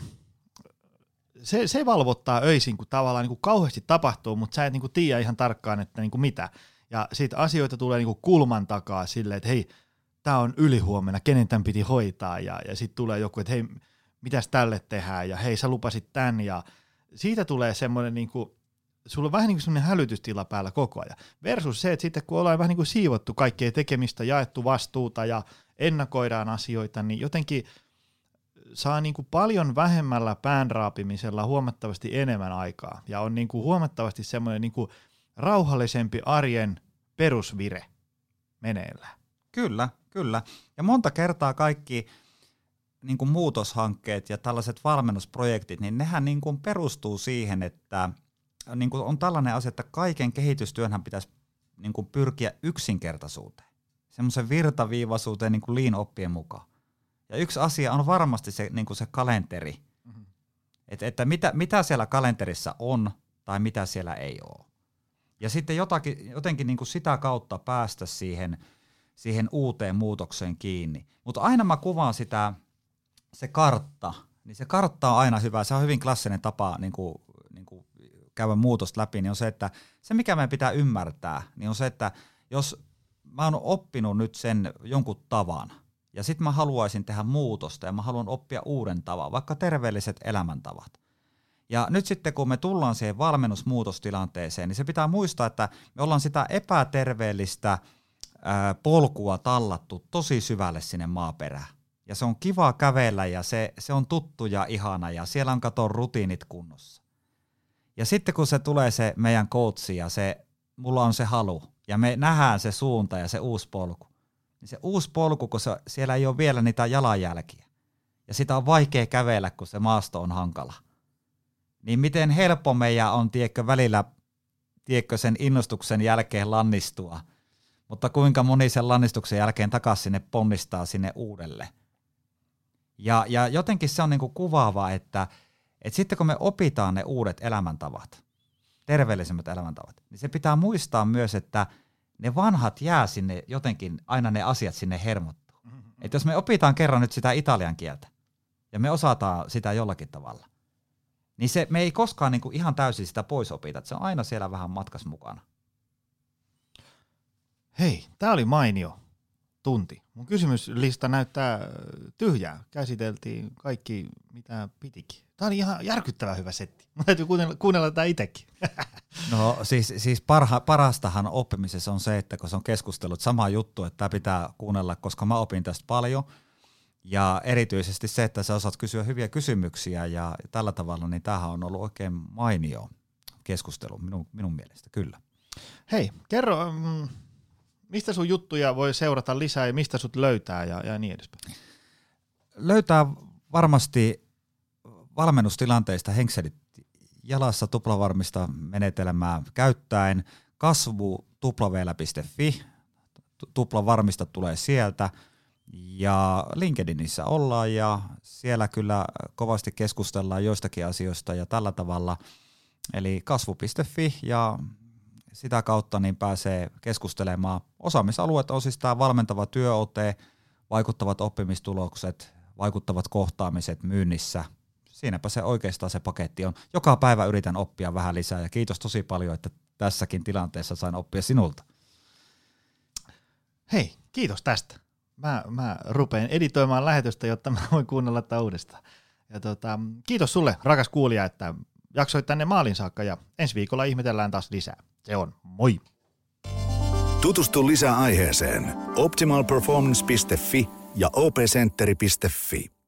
se valvottaa öisin, kun tavallaan niin kuin kauheasti tapahtuu, mutta sä et niin kuin tiedä ihan tarkkaan, että niin kuin mitä. Ja sitten asioita tulee niin kuin kulman takaa silleen, että hei, tää on ylihuomenna, kenen tämän piti hoitaa, ja sitten tulee joku, että hei, mitäs tälle tehdään, ja hei, sä lupasit tän, ja siitä tulee semmoinen, niin kuin, sulla on vähän niin kuin semmoinen hälytystila päällä koko ajan. Versus se, että sitten kun ollaan vähän niin kuin siivottu kaikkea tekemistä, jaettu vastuuta ja ennakoidaan asioita, niin jotenkin saa niin kuin paljon vähemmällä päänraapimisella huomattavasti enemmän aikaa ja on niin kuin huomattavasti semmoinen niin kuin rauhallisempi arjen perusvire meneillään. Kyllä. Ja monta kertaa kaikki niin kuin muutoshankkeet ja tällaiset valmennusprojektit, niin nehän niin kuin perustuu siihen, että niin kuin on tällainen asia, että kaiken kehitystyönhän pitäisi niin kuin pyrkiä yksinkertaisuuteen, semmoisen virtaviivaisuuteen niin kuin lean-oppien mukaan. Ja yksi asia on varmasti se, niin kuin se kalenteri, että mitä siellä kalenterissa on tai mitä siellä ei ole. Ja sitten jotenkin niin kuin sitä kautta päästä siihen uuteen muutokseen kiinni. Mutta aina mä kuvaan se kartta, niin se kartta on aina hyvä. Se on hyvin klassinen tapa niin kuin käydä muutosta läpi, niin on se, että se mikä meidän pitää ymmärtää, niin on se, että jos mä oon oppinut nyt sen jonkun tavan, ja sitten mä haluaisin tehdä muutosta ja mä haluan oppia uuden tavan, vaikka terveelliset elämäntavat. Ja nyt sitten kun me tullaan siihen valmennusmuutostilanteeseen, niin se pitää muistaa, että me ollaan sitä epäterveellistä polkua tallattu tosi syvälle sinne maaperään. ja se on kiva kävellä ja se on tuttu ja ihana ja siellä on kato rutiinit kunnossa. Ja sitten kun se tulee se meidän coachi ja mulla on se halu ja me nähdään se suunta ja se uusi polku, niin se uusi polku, kun siellä ei ole vielä niitä jalanjälkiä ja sitä on vaikea kävellä, kun se maasto on hankala, niin miten helppo meidän on välillä sen innostuksen jälkeen lannistua, mutta kuinka moni sen lannistuksen jälkeen takaisin sinne ponnistaa sinne uudelle. Ja jotenkin se on niinku kuvaavaa, että sitten kun me opitaan ne uudet elämäntavat, terveellisemmät elämäntavat, niin se pitää muistaa myös, että ne vanhat jää sinne jotenkin, aina ne asiat sinne hermottuu. Että jos me opitaan kerran nyt sitä italian kieltä, ja me osataan sitä jollakin tavalla, niin me ei koskaan niinku ihan täysin sitä pois opita, että se on aina siellä vähän matkas mukana. Hei, tää oli mainio tunti. Mun kysymyslista näyttää tyhjää. Käsiteltiin kaikki, mitä pitikin. Tää oli ihan järkyttävän hyvä setti. Mun täytyy kuunnella tää itekin. No siis parastahan oppimisessa on se, että kun se on keskustellut sama juttu, että tää pitää kuunnella, koska mä opin tästä paljon. Ja erityisesti se, että sä osaat kysyä hyviä kysymyksiä ja tällä tavalla, niin tämähän on ollut oikein mainio keskustelu minun mielestä, kyllä. Hei, kerro, mistä sun juttuja voi seurata lisää ja mistä sut löytää ja niin edespäin? Löytää varmasti valmennustilanteista henkselit jalassa tuplavarmista menetelmää käyttäen. kasvu.tuplaveellä.fi, tuplavarmista tulee sieltä. Ja LinkedInissä ollaan ja siellä kyllä kovasti keskustellaan joistakin asioista ja tällä tavalla. Eli kasvu.fi ja sitä kautta niin pääsee keskustelemaan. Osaamisalueet on siis tämä valmentava työote, vaikuttavat oppimistulokset, vaikuttavat kohtaamiset myynnissä. Siinäpä se oikeastaan se paketti on. Joka päivä yritän oppia vähän lisää ja kiitos tosi paljon, että tässäkin tilanteessa sain oppia sinulta. Hei, kiitos tästä. Mä rupean editoimaan lähetystä, jotta mä voin kuunnella tätä uudestaan. Ja kiitos sulle, rakas kuulija, että jaksoit tänne maalin saakka ja ensi viikolla ihmetellään taas lisää. Se on moi! Tutustu lisää aiheeseen optimalperformance.fi ja opcenteri.fi.